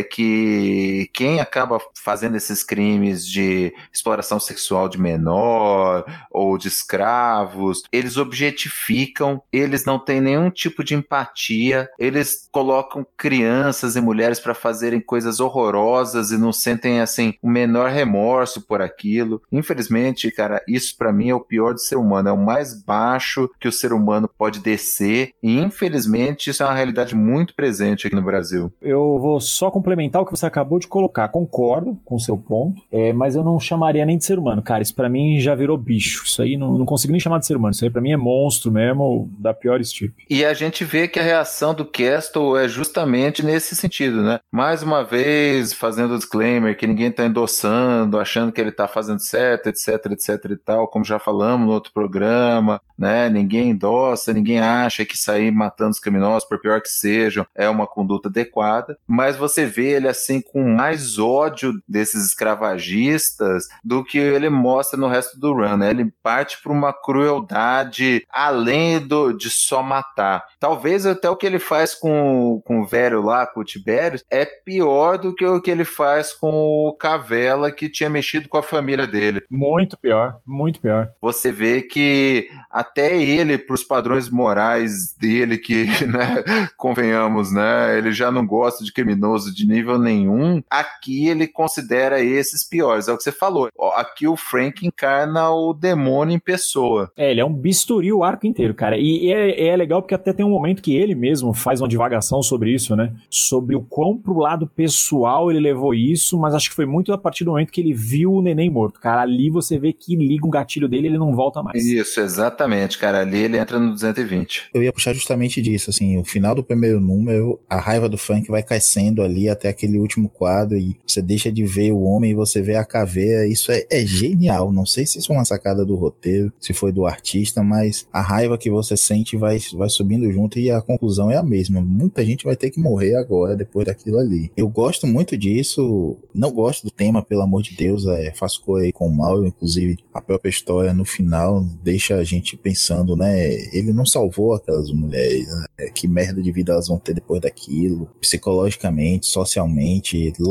S6: que quem acaba fazendo esses crimes de exploração sexual de menor ou de escravos, eles objetificam, eles não têm nenhum tipo de empatia, eles colocam crianças e mulheres para fazerem coisas horrorosas e não sentem, assim, o menor remorso por aquilo. Infelizmente, cara, isso para mim é o pior do ser humano, é o mais baixo que o ser humano pode descer, e infelizmente isso é uma realidade muito presente aqui no Brasil.
S4: Eu vou só complementar o que você acabou de colocar. Concordo com o seu ponto, mas eu não chamaria nem de ser humano, cara. Isso pra mim já virou bicho. Isso aí não consigo nem chamar de ser humano. Isso aí pra mim é monstro mesmo, da pior estirpe.
S6: E a gente vê que a reação do Castle é justamente nesse sentido, né? Mais uma vez, fazendo o disclaimer que ninguém tá endossando, achando que ele tá fazendo certo, etc, etc e tal, como já falamos no outro programa, né? Ninguém endossa, ninguém acha que sair matando os criminosos, por pior que sejam, é uma conduta adequada, mas você vê ele assim com mais ódio desses escravagistas do que ele mostra no resto do run, né? Ele parte por uma crueldade além de só matar. Talvez até o que ele faz com o velho lá, com o Tiberius, é pior do que o que ele faz com o Cavella, que tinha mexido com a família dele.
S4: Muito pior, muito pior.
S6: Você vê que até ele, para os padrões morais dele, que, né, convenhamos, né, ele já não gosta de criminoso de nível nenhum, aqui ele considera esses piores. É o que você falou. Aqui o Frank encarna o demônio em pessoa.
S4: Ele é um bisturi o arco inteiro, cara. E é legal porque até tem um momento que ele mesmo faz uma divagação sobre isso, né? Sobre o quão pro lado pessoal ele levou isso, mas acho que foi muito a partir do momento que ele viu o neném morto. Cara, ali você vê que liga um gatilho dele e ele não volta mais.
S6: Isso, exatamente, cara. Ali ele entra no 220.
S5: Eu ia puxar justamente disso, assim, o final do primeiro número, a raiva do Frank vai crescendo ali até aquele último quadro e você deixa de ver o homem e você vê a caveira. Isso é genial. Não sei se isso é uma sacada do roteiro, se foi do artista, mas a raiva que você sente vai subindo junto e a conclusão é a mesma. Muita gente vai ter que morrer agora, depois daquilo ali. Eu gosto muito disso, não gosto do tema, pelo amor de Deus, faço cor aí com o mal, inclusive a própria história no final deixa a gente pensando, né, ele não salvou aquelas mulheres, né? Que merda de vida elas vão ter depois daquilo, psicologicamente, socialmente. Logo no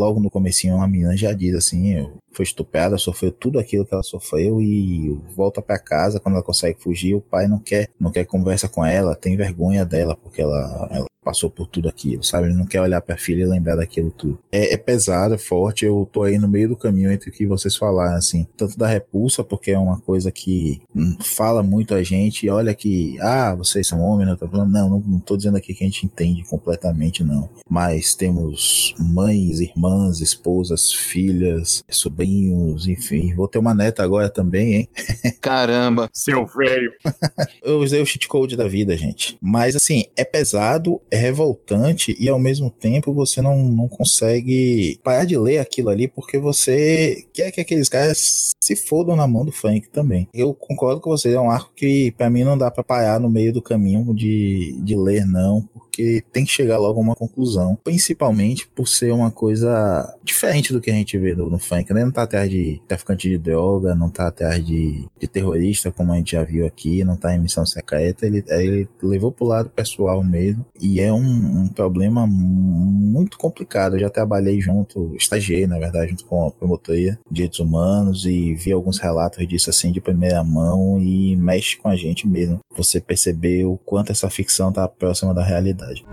S5: comecinho a menina já diz assim, foi estuprada, sofreu tudo aquilo que ela sofreu e volta pra casa. Quando ela consegue fugir, o pai não quer conversa com ela, tem vergonha dela porque ela passou por tudo aquilo, sabe? Ele não quer olhar pra filha e lembrar daquilo tudo. É pesado, é forte. Eu tô aí no meio do caminho entre o que vocês falaram, assim, tanto da repulsa, porque é uma coisa que fala muito a gente, e olha que, vocês são homens, não tô falando, não tô dizendo aqui que a gente entende completamente, não. Mas temos mães, irmãs, esposas, filhas, sobrinhos, enfim. Vou ter uma neta agora também, hein?
S6: Caramba!
S3: Seu velho!
S5: Eu usei o cheat code da vida, gente. Mas, assim, é pesado, é revoltante e, ao mesmo tempo, você não consegue parar de ler aquilo ali porque você quer que aqueles caras se fodam na mão do Frank também. Eu concordo com você, é um arco que, pra mim, não dá pra parar no meio do caminho de ler, não, porque tem que chegar logo a uma conclusão, principalmente por ser uma coisa diferente do que a gente vê no Frank, né? Não tá atrás de traficante de droga, não tá atrás de terrorista, como a gente já viu aqui, não tá em missão secreta, ele levou pro lado pessoal mesmo, e é um problema muito complicado. Eu já trabalhei estagiei, na verdade, junto com a promotoria de direitos humanos e vi alguns relatos disso, assim, de primeira mão, e mexe com a gente mesmo. Você percebeu o quanto essa ficção tá próxima da realidade.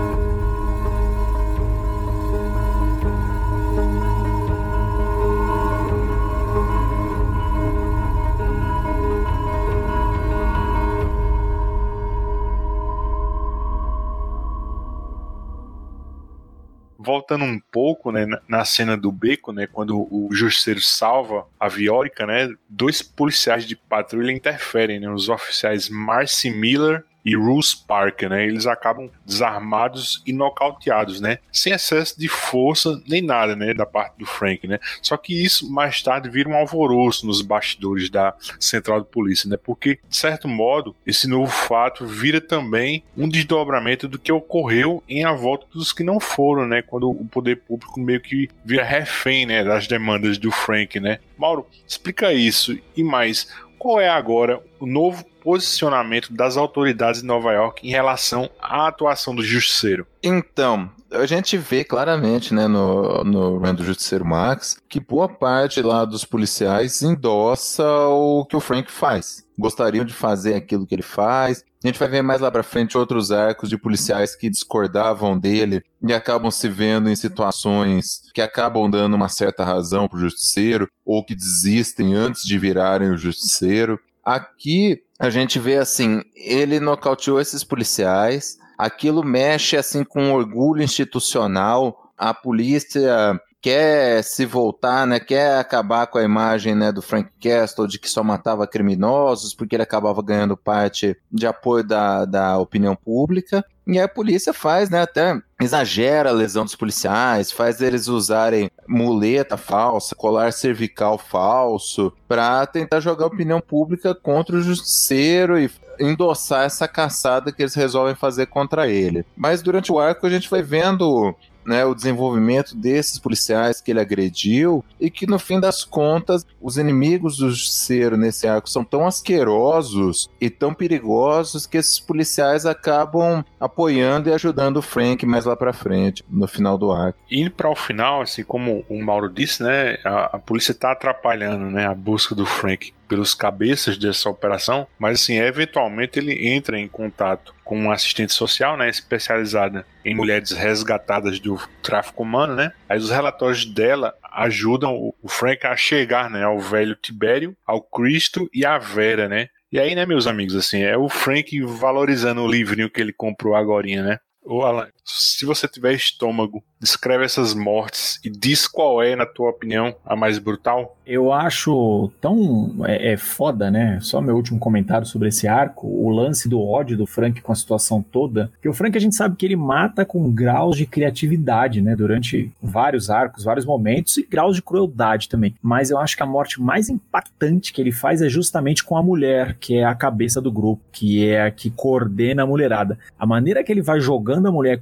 S3: Voltando um pouco, né, na cena do beco, né, quando o Justiceiro salva a Viorica, né, 2 policiais de patrulha interferem, né, os oficiais Marcy Miller e Bruce Parker, né? Eles acabam desarmados e nocauteados, né? Sem excesso de força nem nada, né? Da parte do Frank, né? Só que isso mais tarde vira um alvoroço nos bastidores da central de polícia, né? Porque, de certo modo, esse novo fato vira também um desdobramento do que ocorreu em A Volta dos que Não Foram, né? Quando o poder público meio que vira refém, né? Das demandas do Frank, né? Mauro, explica isso e mais. Qual é agora o novo posicionamento das autoridades de Nova York em relação à atuação do Justiceiro?
S6: Então, a gente vê claramente, né, no Run do Justiceiro Max, que boa parte lá dos policiais endossa o que o Frank faz. Gostariam de fazer aquilo que ele faz. A gente vai ver mais lá pra frente outros arcos de policiais que discordavam dele e acabam se vendo em situações que acabam dando uma certa razão pro Justiceiro, ou que desistem antes de virarem o Justiceiro. Aqui a gente vê assim, ele nocauteou esses policiais, aquilo mexe assim com orgulho institucional, a polícia quer se voltar, né, quer acabar com a imagem, né, do Frank Castle de que só matava criminosos porque ele acabava ganhando parte de apoio da opinião pública. E a polícia faz, né, até exagera a lesão dos policiais, faz eles usarem muleta falsa, colar cervical falso, para tentar jogar a opinião pública contra o Justiceiro e endossar essa caçada que eles resolvem fazer contra ele. Mas durante o arco a gente vai vendo, né, o desenvolvimento desses policiais que ele agrediu e que no fim das contas os inimigos do Justiceiro nesse arco são tão asquerosos e tão perigosos que esses policiais acabam apoiando e ajudando o Frank mais lá pra frente, no final do arco.
S3: Indo para o final, assim como o Mauro disse, né, a polícia tá atrapalhando, né, a busca do Frank pelos cabeças dessa operação, mas assim, eventualmente ele entra em contato com uma assistente social, né, especializada em mulheres resgatadas do tráfico humano, né. Aí os relatórios dela ajudam o Frank a chegar, né, ao velho Tibério, ao Cristo e à Vera, né. E aí, né, meus amigos, assim, é o Frank valorizando o livrinho que ele comprou agorinha, né. Ô Alan, se você tiver estômago, descreve essas mortes e diz qual é, na tua opinião, a mais brutal.
S4: Eu acho tão foda, né? Só meu último comentário sobre esse arco, o lance do ódio do Frank com a situação toda, que o Frank a gente sabe que ele mata com graus de criatividade, né? Durante vários arcos, vários momentos, e graus de crueldade também. Mas eu acho que a morte mais impactante que ele faz é justamente com a mulher, que é a cabeça do grupo, que é a que coordena a mulherada. A maneira que ele vai jogando a mulher contra o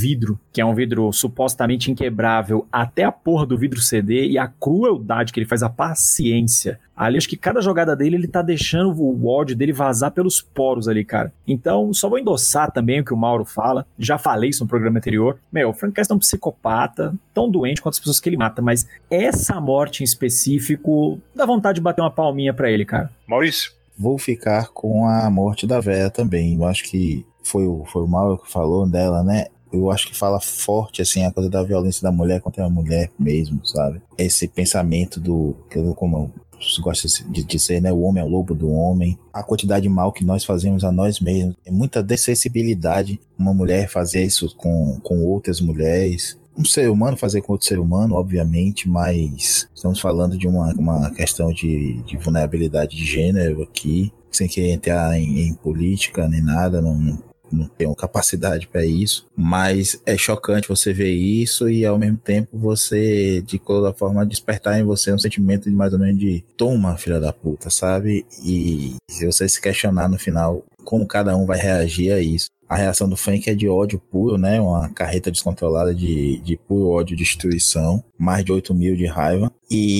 S4: vidro, que é um vidro supostamente inquebrável, até a porra do vidro ceder, e a crueldade que ele faz, a paciência. Ali, acho que cada jogada dele, ele tá deixando o ódio dele vazar pelos poros ali, cara. Então, só vou endossar também o que o Mauro fala. Já falei isso no programa anterior. O Frank Castle é um psicopata, tão doente quanto as pessoas que ele mata, mas essa morte em específico, dá vontade de bater uma palminha pra ele, cara.
S3: Maurício?
S5: Vou ficar com a morte da Vera também. Eu acho que foi o Mauro que falou dela, né? Eu acho que fala forte, assim, a coisa da violência da mulher contra a mulher mesmo, sabe? Esse pensamento como gosta de dizer, né? O homem é o lobo do homem. A quantidade de mal que nós fazemos a nós mesmos. É muita dessensibilidade uma mulher fazer isso com outras mulheres. Um ser humano fazer com outro ser humano, obviamente, mas estamos falando de uma questão de vulnerabilidade de gênero aqui, sem querer entrar em política nem nada, não tenho capacidade para isso, mas é chocante você ver isso e ao mesmo tempo você, de toda forma, despertar em você um sentimento de mais ou menos de toma, filha da puta, sabe? E se você se questionar no final como cada um vai reagir a isso. A reação do Frank é de ódio puro, né? Uma carreta descontrolada de puro ódio e destruição. Mais de 8 mil de raiva.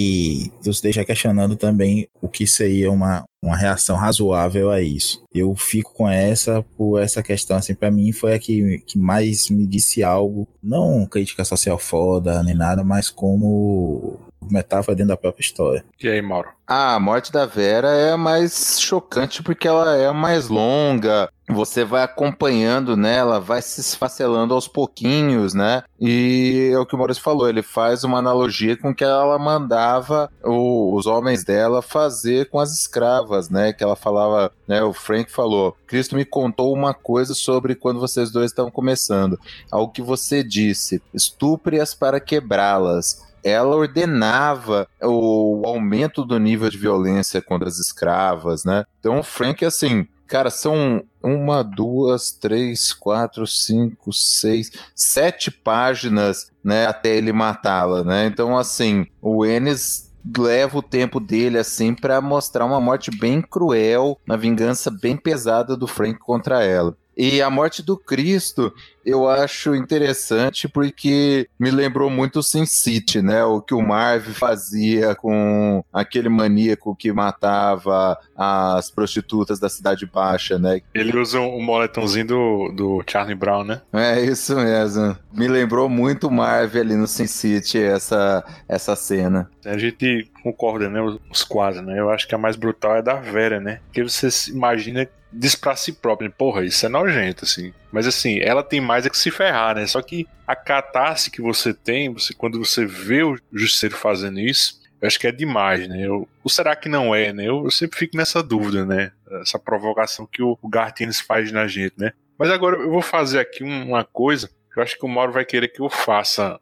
S5: E nos deixa questionando também o que seria uma reação razoável a isso. Eu fico com por essa questão, assim, pra mim foi a que mais me disse algo. Não crítica social foda, nem nada, mas como metáfora dentro da própria história.
S3: E aí, Mauro?
S6: A morte da Vera é mais chocante porque ela é mais longa. Você vai acompanhando, né? Ela vai se esfacelando aos pouquinhos, né? E é o que o Maurício falou, ele faz uma analogia com o que ela mandava os homens dela fazer com as escravas, né? Que ela falava, né? O Frank falou, Cristo me contou uma coisa sobre quando vocês dois estavam começando. Algo que você disse, estupre-as para quebrá-las. Ela ordenava o aumento do nível de violência contra as escravas, né? Então o Frank, assim, cara, são 1, 2, 3, 4, 5, 6, 7 páginas, né, até ele matá-la, né? Então, assim, o Ennis leva o tempo dele, assim, pra mostrar uma morte bem cruel, uma vingança bem pesada do Frank contra ela. E a morte do Cristo eu acho interessante porque me lembrou muito o Sin City, né? O que o Marv fazia com aquele maníaco que matava as prostitutas da Cidade Baixa, né?
S3: Ele usa um moletomzinho do Charlie Brown, né?
S6: É isso mesmo. Me lembrou muito o Marv ali no Sin City, essa cena.
S3: A gente concorda, né? Os quadros, né? Eu acho que a mais brutal é da Vera, né? Porque você se imagina, diz pra si próprio, porra, isso é nojento, assim. Mas assim, ela tem mais é que se ferrar, né? Só que a catarse que você tem, quando você vê o Justiceiro fazendo isso, eu acho que é demais, né? Ou será que não é, né? Eu sempre fico nessa dúvida, né? Essa provocação que o Garth Ennis faz na gente, né? Mas agora eu vou fazer aqui uma coisa. Eu acho que o Mauro vai querer que eu faça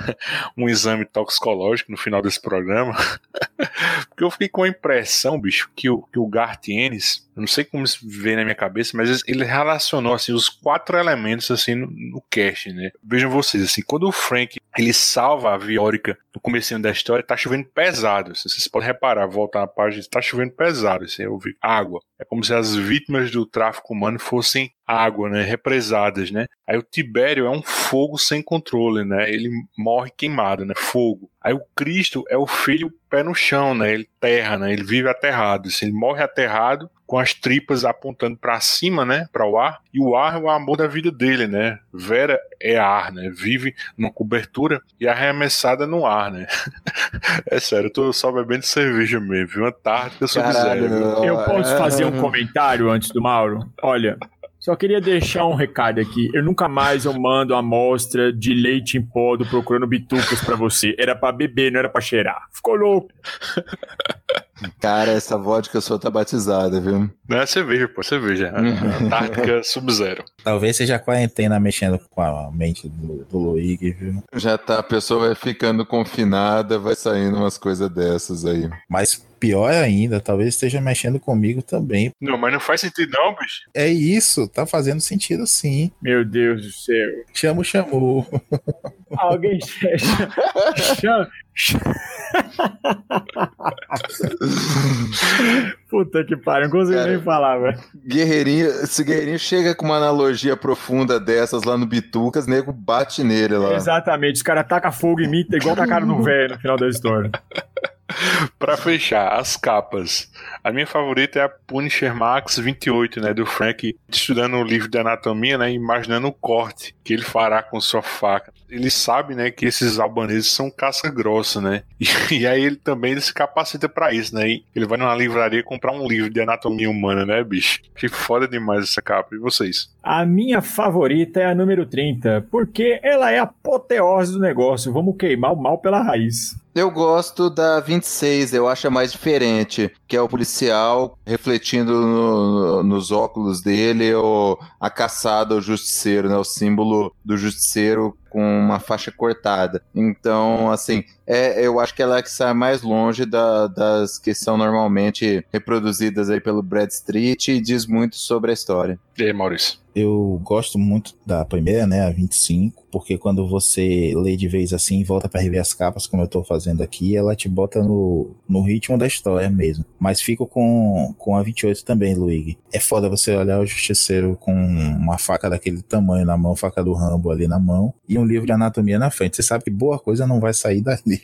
S3: um exame toxicológico no final desse programa. Porque eu fiquei com a impressão, bicho, que o Garth Ennis, eu não sei como isso veio na minha cabeça, mas ele relacionou assim, os 4 elementos assim, no cast, né? Vejam vocês, assim, quando o Frank ele salva a Viorica no comecinho da história, tá chovendo pesado. Vocês podem reparar, voltar na página, tá chovendo pesado. Assim, eu vi água. É como se as vítimas do tráfico humano fossem água, né? Represadas, né? Aí o Tibério é um fogo sem controle, né? Ele morre queimado, né? Fogo. Aí o Cristo é o filho pé no chão, né? Ele terra, né? Ele vive aterrado. Assim, ele morre aterrado, com as tripas apontando para cima, né? Para o ar. E o ar é o amor da vida dele, né? Vera é ar, né? Vive numa cobertura e arremessada no ar, né? É sério, eu tô só bebendo cerveja mesmo, viu? Antártica Sub-Zero.
S4: Eu posso fazer um comentário antes do Mauro? Olha, só queria deixar um recado aqui. Eu nunca mais eu mando amostra de leite em pó do Procurando Bitucas pra você. Era pra beber, não era pra cheirar. Ficou louco.
S6: Cara, essa vodka sua tá batizada, viu?
S3: Não é cerveja, pô, cerveja. Antártica Sub-Zero.
S5: Talvez seja a quarentena mexendo com a mente do Luigi, viu?
S6: Já tá, a pessoa vai ficando confinada, vai saindo umas coisas dessas aí.
S5: Mas pior ainda, talvez esteja mexendo comigo também.
S3: Não, mas não faz sentido não, bicho.
S5: É isso, tá fazendo sentido sim.
S4: Meu Deus do céu.
S5: Chamou.
S4: Alguém Puta que pariu, não consigo nem falar, velho.
S6: Se o Guerreirinho chega com uma analogia profunda dessas lá no Bitucas, o nego bate nele lá.
S4: Exatamente, os caras tacam fogo em mim, igual tacaram no velho no final da história.
S3: Pra fechar, as capas. A minha favorita é a Punisher Max 28, né, do Frank, estudando o livro de anatomia, né, imaginando o corte que ele fará com sua faca. Ele sabe, né, que esses albaneses são casca grossa, né, e aí ele se capacita pra isso, né, e ele vai numa livraria comprar um livro de anatomia humana, né, bicho? Que foda demais essa capa. E vocês?
S4: A minha favorita é a número 30, porque ela é a apoteose do negócio. Vamos queimar o mal pela raiz.
S6: Eu gosto da 26, eu acho a mais diferente, que é o policial refletindo nos óculos dele a caçada ao justiceiro, né, o símbolo do justiceiro com uma faixa cortada. Então, assim, eu acho que ela é que sai mais longe das que são normalmente reproduzidas aí pelo Bradstreet e diz muito sobre a história.
S3: E aí, Maurício?
S5: Eu gosto muito da primeira, né, a 25, porque quando você lê de vez assim e volta pra rever as capas, como eu tô fazendo aqui, ela te bota no ritmo da história mesmo. Mas fico com a 28 também, Luigi. É foda você olhar o justiceiro com uma faca daquele tamanho na mão, faca do Rambo ali na mão, e um livro de anatomia na frente. Você sabe que boa coisa não vai sair dali.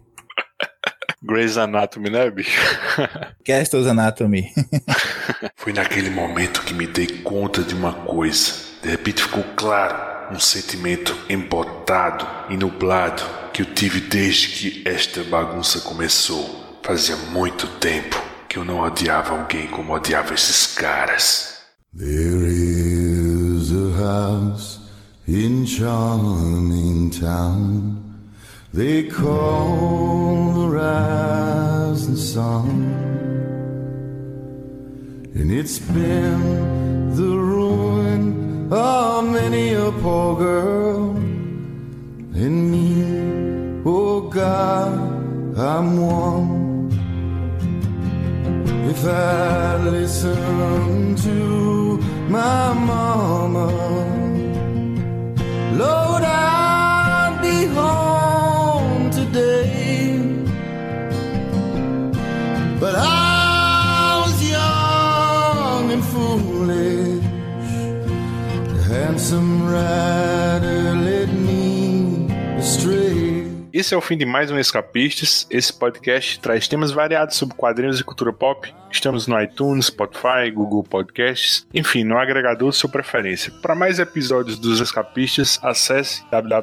S3: Grey's Anatomy, né, bicho?
S5: Castle's Anatomy.
S1: Foi naquele momento que me dei conta de uma coisa. De repente ficou claro um sentimento embotado e nublado que eu tive desde que esta bagunça começou. Fazia muito tempo que eu não odiava alguém como odiava esses caras.
S7: There is a house in charming town. They call the rising sun, and it's been the ruin of many a poor girl, and me, oh God, I'm one. If I listen to my mama, Lord, I'd be home today. But I was young and foolish. The handsome rider led me astray.
S3: Esse é o fim de mais um Escapistas. Esse podcast traz temas variados sobre quadrinhos e cultura pop. Estamos no iTunes, Spotify, Google Podcasts, enfim, no agregador de sua preferência. Para mais episódios dos Escapistas, acesse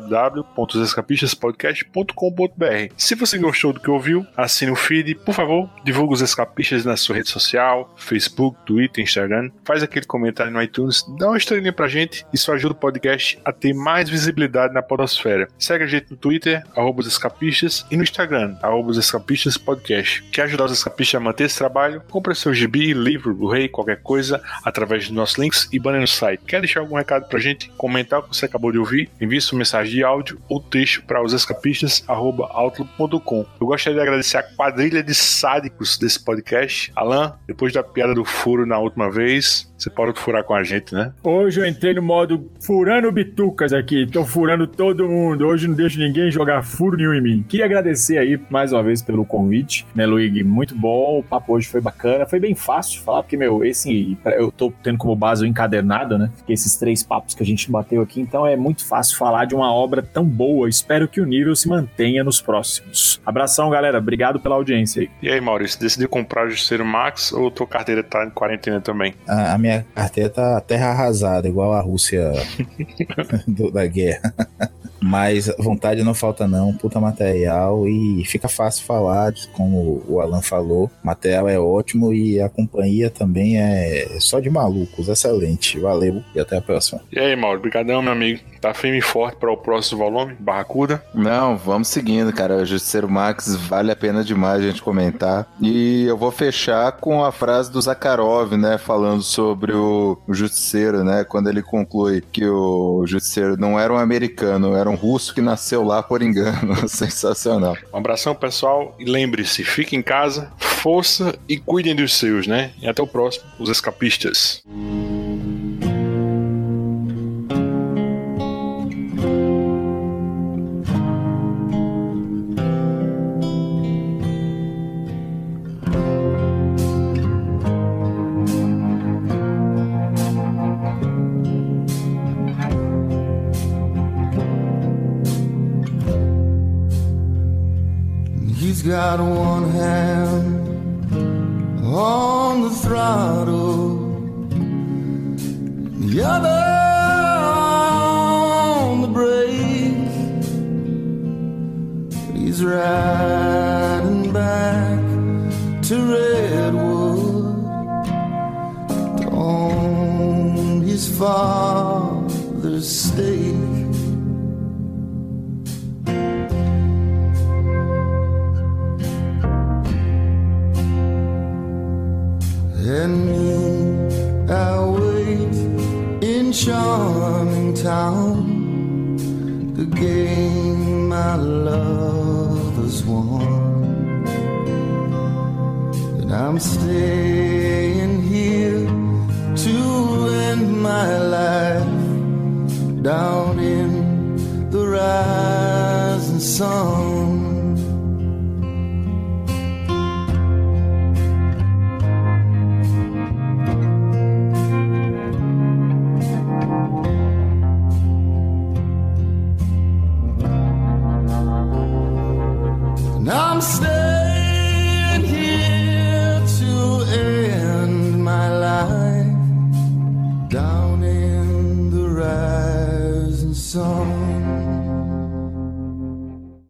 S3: www.escapistaspodcast.com.br. Se você gostou do que ouviu, assine o feed, por favor, divulgue os Escapistas na sua rede social, Facebook, Twitter, Instagram. Faz aquele comentário no iTunes, dá uma estrelinha pra gente, isso ajuda o podcast a ter mais visibilidade na podosfera. Segue a gente no Twitter, @os Escapistas, e no Instagram, @os Escapistas Podcast. Quer ajudar os escapistas a manter esse trabalho? Compre seu gibi, livro, Blu-ray, qualquer coisa, através dos nossos links e banner no site. Quer deixar algum recado pra gente? Comentar o que você acabou de ouvir? Envie sua mensagem de áudio ou texto para osescapistas@outlook.com. Eu gostaria de agradecer a quadrilha de sádicos desse podcast. Alan, depois da piada do furo na última vez, você pode furar com a gente, né?
S4: Hoje eu entrei no modo furando bitucas aqui, tô furando todo mundo. Hoje não deixo ninguém jogar furo nenhum em mim. Queria agradecer aí mais uma vez pelo convite, né, Luigi? Muito bom, o papo hoje foi bacana, foi bem fácil de falar, porque, esse eu tô tendo como base o encadernado, né? Esses 3 papos que a gente bateu aqui, então é muito fácil falar de uma obra tão boa. Espero que o nível se mantenha nos próximos. Abração, galera, obrigado pela audiência aí.
S3: E aí, Maurício, decidiu comprar o Justiceiro Max ou tua carteira tá em quarentena também?
S5: A minha carteira tá terra arrasada, igual a Rússia da guerra. Mas vontade não falta não, puta material, e fica fácil falar, como o Alan falou, o material é ótimo e a companhia também é só de malucos, excelente, valeu e até a próxima.
S3: E aí, Mauro, brigadão, meu amigo, tá firme e forte para o próximo volume, Barracuda?
S6: Não, vamos seguindo, cara, o Justiceiro Max vale a pena demais a gente comentar, e eu vou fechar com a frase do Zakharov, né, falando sobre o Justiceiro, né, quando ele conclui que o Justiceiro não era um americano, era um russo que nasceu lá por engano. Sensacional.
S3: Um abração, pessoal, e lembre-se, fique em casa, força e cuidem dos seus, né? E até o próximo, os Escapistas.
S7: He's got one hand on the throttle, the other on the brake. He's riding back to Redwood to own his father's stake. And me, I wait in charming town, the game my love has won. And I'm staying here to end my life down in the rising sun. I'm staying